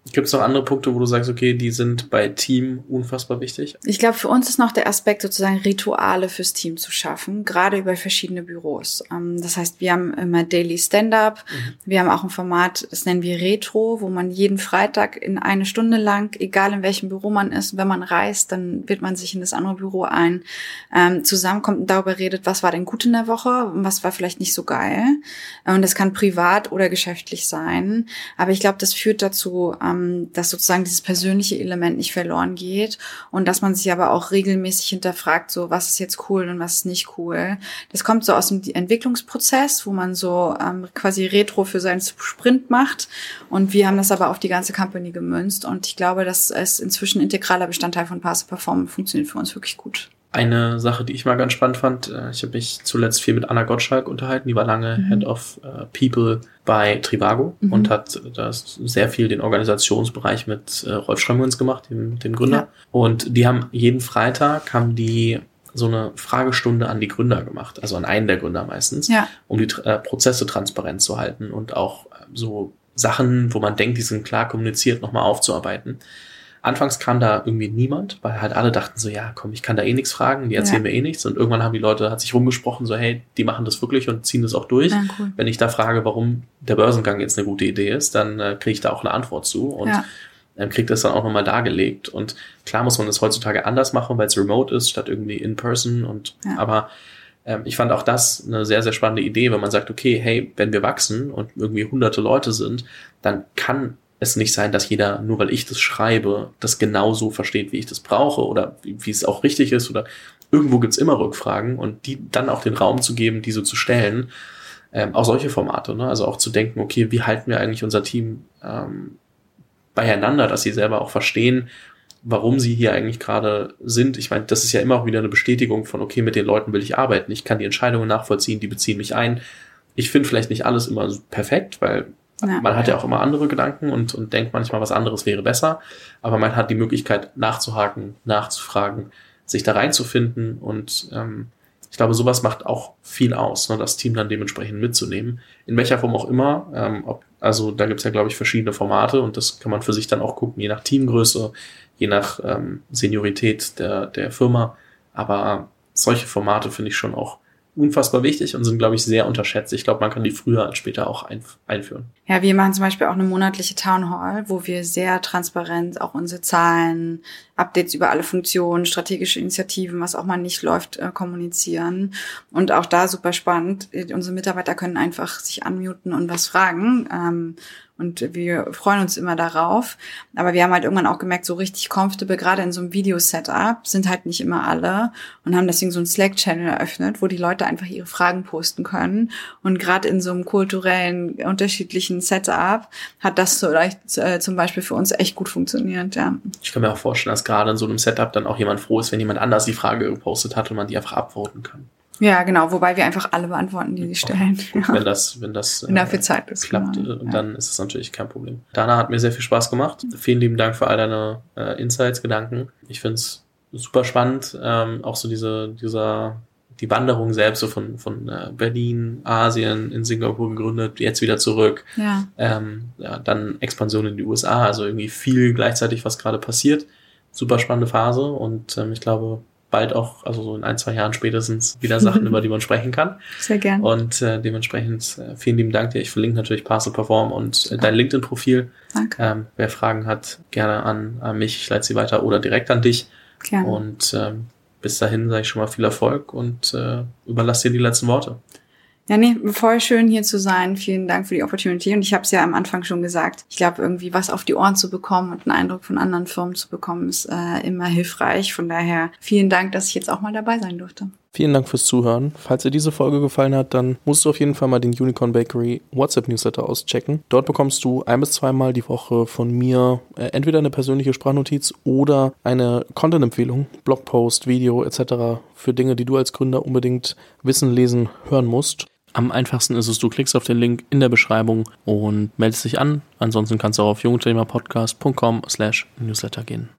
Gibt es noch andere Punkte, wo du sagst, okay, die sind bei Team unfassbar wichtig? Ich glaube, für uns ist noch der Aspekt, sozusagen Rituale fürs Team zu schaffen, gerade über verschiedene Büros. Das heißt, wir haben immer Daily Stand-Up. Mhm. Wir haben auch ein Format, das nennen wir Retro, wo man jeden Freitag in eine Stunde lang, egal in welchem Büro man ist, wenn man reist, dann wird man sich in das andere Büro ein, ähm, zusammenkommt und darüber redet, was war denn gut in der Woche und was war vielleicht nicht so geil. Und das kann privat oder geschäftlich sein. Aber ich glaube, das führt dazu, ähm, dass sozusagen dieses persönliche Element nicht verloren geht und dass man sich aber auch regelmäßig hinterfragt, so was ist jetzt cool und was ist nicht cool. Das kommt so aus dem Entwicklungsprozess, wo man so ähm, quasi Retro für seinen Sprint macht und wir haben das aber auf die ganze Company gemünzt und ich glaube, dass es inzwischen integraler Bestandteil von Pass the Perform funktioniert für uns wirklich gut. Eine Sache, die ich mal ganz spannend fand, ich habe mich zuletzt viel mit Anna Gottschalk unterhalten, die war lange mhm. Head of uh, People bei Trivago mhm. und hat da sehr viel den Organisationsbereich mit uh, Rolf Schrömgens gemacht, dem, dem Gründer. Ja. Und die haben jeden Freitag, haben die so eine Fragestunde an die Gründer gemacht, also an einen der Gründer meistens, ja. um die äh, Prozesse transparent zu halten und auch äh, so Sachen, wo man denkt, die sind klar kommuniziert, nochmal aufzuarbeiten. Anfangs kam da irgendwie niemand, weil halt alle dachten so, ja, komm, ich kann da eh nichts fragen, die erzählen ja. mir eh nichts. Und irgendwann haben die Leute, hat sich rumgesprochen, so, hey, die machen das wirklich und ziehen das auch durch. Ja, cool. Wenn ich da frage, warum der Börsengang jetzt eine gute Idee ist, dann äh, kriege ich da auch eine Antwort zu und ja. ähm, kriege das dann auch nochmal dargelegt. Und klar muss man das heutzutage anders machen, weil es remote ist, statt irgendwie in person. Und ja. aber ähm, ich fand auch das eine sehr, sehr spannende Idee, wenn man sagt, okay, hey, wenn wir wachsen und irgendwie hunderte Leute sind, dann kann es nicht sein, dass jeder, nur weil ich das schreibe, das genauso versteht, wie ich das brauche oder wie, wie es auch richtig ist oder irgendwo gibt's immer Rückfragen und die dann auch den Raum zu geben, diese zu stellen, ähm, auch solche Formate, ne? Also auch zu denken, okay, wie halten wir eigentlich unser Team ähm, beieinander, dass sie selber auch verstehen, warum sie hier eigentlich gerade sind. Ich meine, das ist ja immer auch wieder eine Bestätigung von, okay, mit den Leuten will ich arbeiten, ich kann die Entscheidungen nachvollziehen, die beziehen mich ein. Ich finde vielleicht nicht alles immer perfekt, weil ja. man hat ja auch immer andere Gedanken und, und denkt manchmal, was anderes wäre besser, aber man hat die Möglichkeit nachzuhaken, nachzufragen, sich da reinzufinden und ähm, ich glaube, sowas macht auch viel aus, ne, das Team dann dementsprechend mitzunehmen, in welcher Form auch immer. Ähm, ob, also da gibt's ja, glaube ich, verschiedene Formate und das kann man für sich dann auch gucken, je nach Teamgröße, je nach ähm, Seniorität der, der Firma, aber solche Formate finde ich schon auch unfassbar wichtig und sind, glaube ich, sehr unterschätzt. Ich glaube, man kann die früher als später auch einf- einführen. Ja, wir machen zum Beispiel auch eine monatliche Town Hall, wo wir sehr transparent auch unsere Zahlen, Updates über alle Funktionen, strategische Initiativen, was auch mal nicht läuft, äh, kommunizieren. Und auch da super spannend. Unsere Mitarbeiter können einfach sich unmuten und was fragen. Ähm, Und wir freuen uns immer darauf. Aber wir haben halt irgendwann auch gemerkt, so richtig comfortable, gerade in so einem Video-Setup, sind halt nicht immer alle und haben deswegen so einen Slack-Channel eröffnet, wo die Leute einfach ihre Fragen posten können. Und gerade in so einem kulturellen, unterschiedlichen Setup hat das vielleicht äh, zum Beispiel für uns echt gut funktioniert, ja. Ich kann mir auch vorstellen, dass gerade in so einem Setup dann auch jemand froh ist, wenn jemand anders die Frage gepostet hat und man die einfach upvoten kann. Ja, genau, wobei wir einfach alle beantworten, die sie stellen. Ja. Wenn das, wenn das wenn dafür Zeit ist, klappt, genau. Dann ja. ist es natürlich kein Problem. Dana, hat mir sehr viel Spaß gemacht. Vielen lieben Dank für all deine äh, Insights, Gedanken. Ich finde es super spannend, ähm, auch so diese, dieser, die Wanderung selbst so von von äh, Berlin, Asien, in Singapur gegründet, jetzt wieder zurück. Ja. Ähm, ja, dann Expansion in die U S A, also irgendwie viel gleichzeitig, was gerade passiert. Super spannende Phase und ähm, ich glaube, bald auch, also so in ein, zwei Jahren spätestens, wieder Sachen, über die man sprechen kann. Sehr gern. Und äh, dementsprechend äh, vielen lieben Dank dir. Ich verlinke natürlich Pass the Perform und äh, dein LinkedIn-Profil. Danke. Ähm, wer Fragen hat, gerne an, an mich, ich leite sie weiter oder direkt an dich. Gerne. Und ähm, bis dahin sage ich schon mal viel Erfolg und äh, überlasse dir die letzten Worte. Ja, nee, voll schön hier zu sein. Vielen Dank für die Opportunity. Und ich habe es ja am Anfang schon gesagt. Ich glaube, irgendwie was auf die Ohren zu bekommen und einen Eindruck von anderen Firmen zu bekommen, ist äh, immer hilfreich. Von daher vielen Dank, dass ich jetzt auch mal dabei sein durfte. Vielen Dank fürs Zuhören. Falls dir diese Folge gefallen hat, dann musst du auf jeden Fall mal den Unicorn Bakery WhatsApp-Newsletter auschecken. Dort bekommst du ein- bis zweimal die Woche von mir äh, entweder eine persönliche Sprachnotiz oder eine Content-Empfehlung, Blogpost, Video et cetera für Dinge, die du als Gründer unbedingt wissen, lesen, hören musst. Am einfachsten ist es, du klickst auf den Link in der Beschreibung und meldest dich an. Ansonsten kannst du auch auf jungunternehmerpodcast punkt com slash newsletter gehen.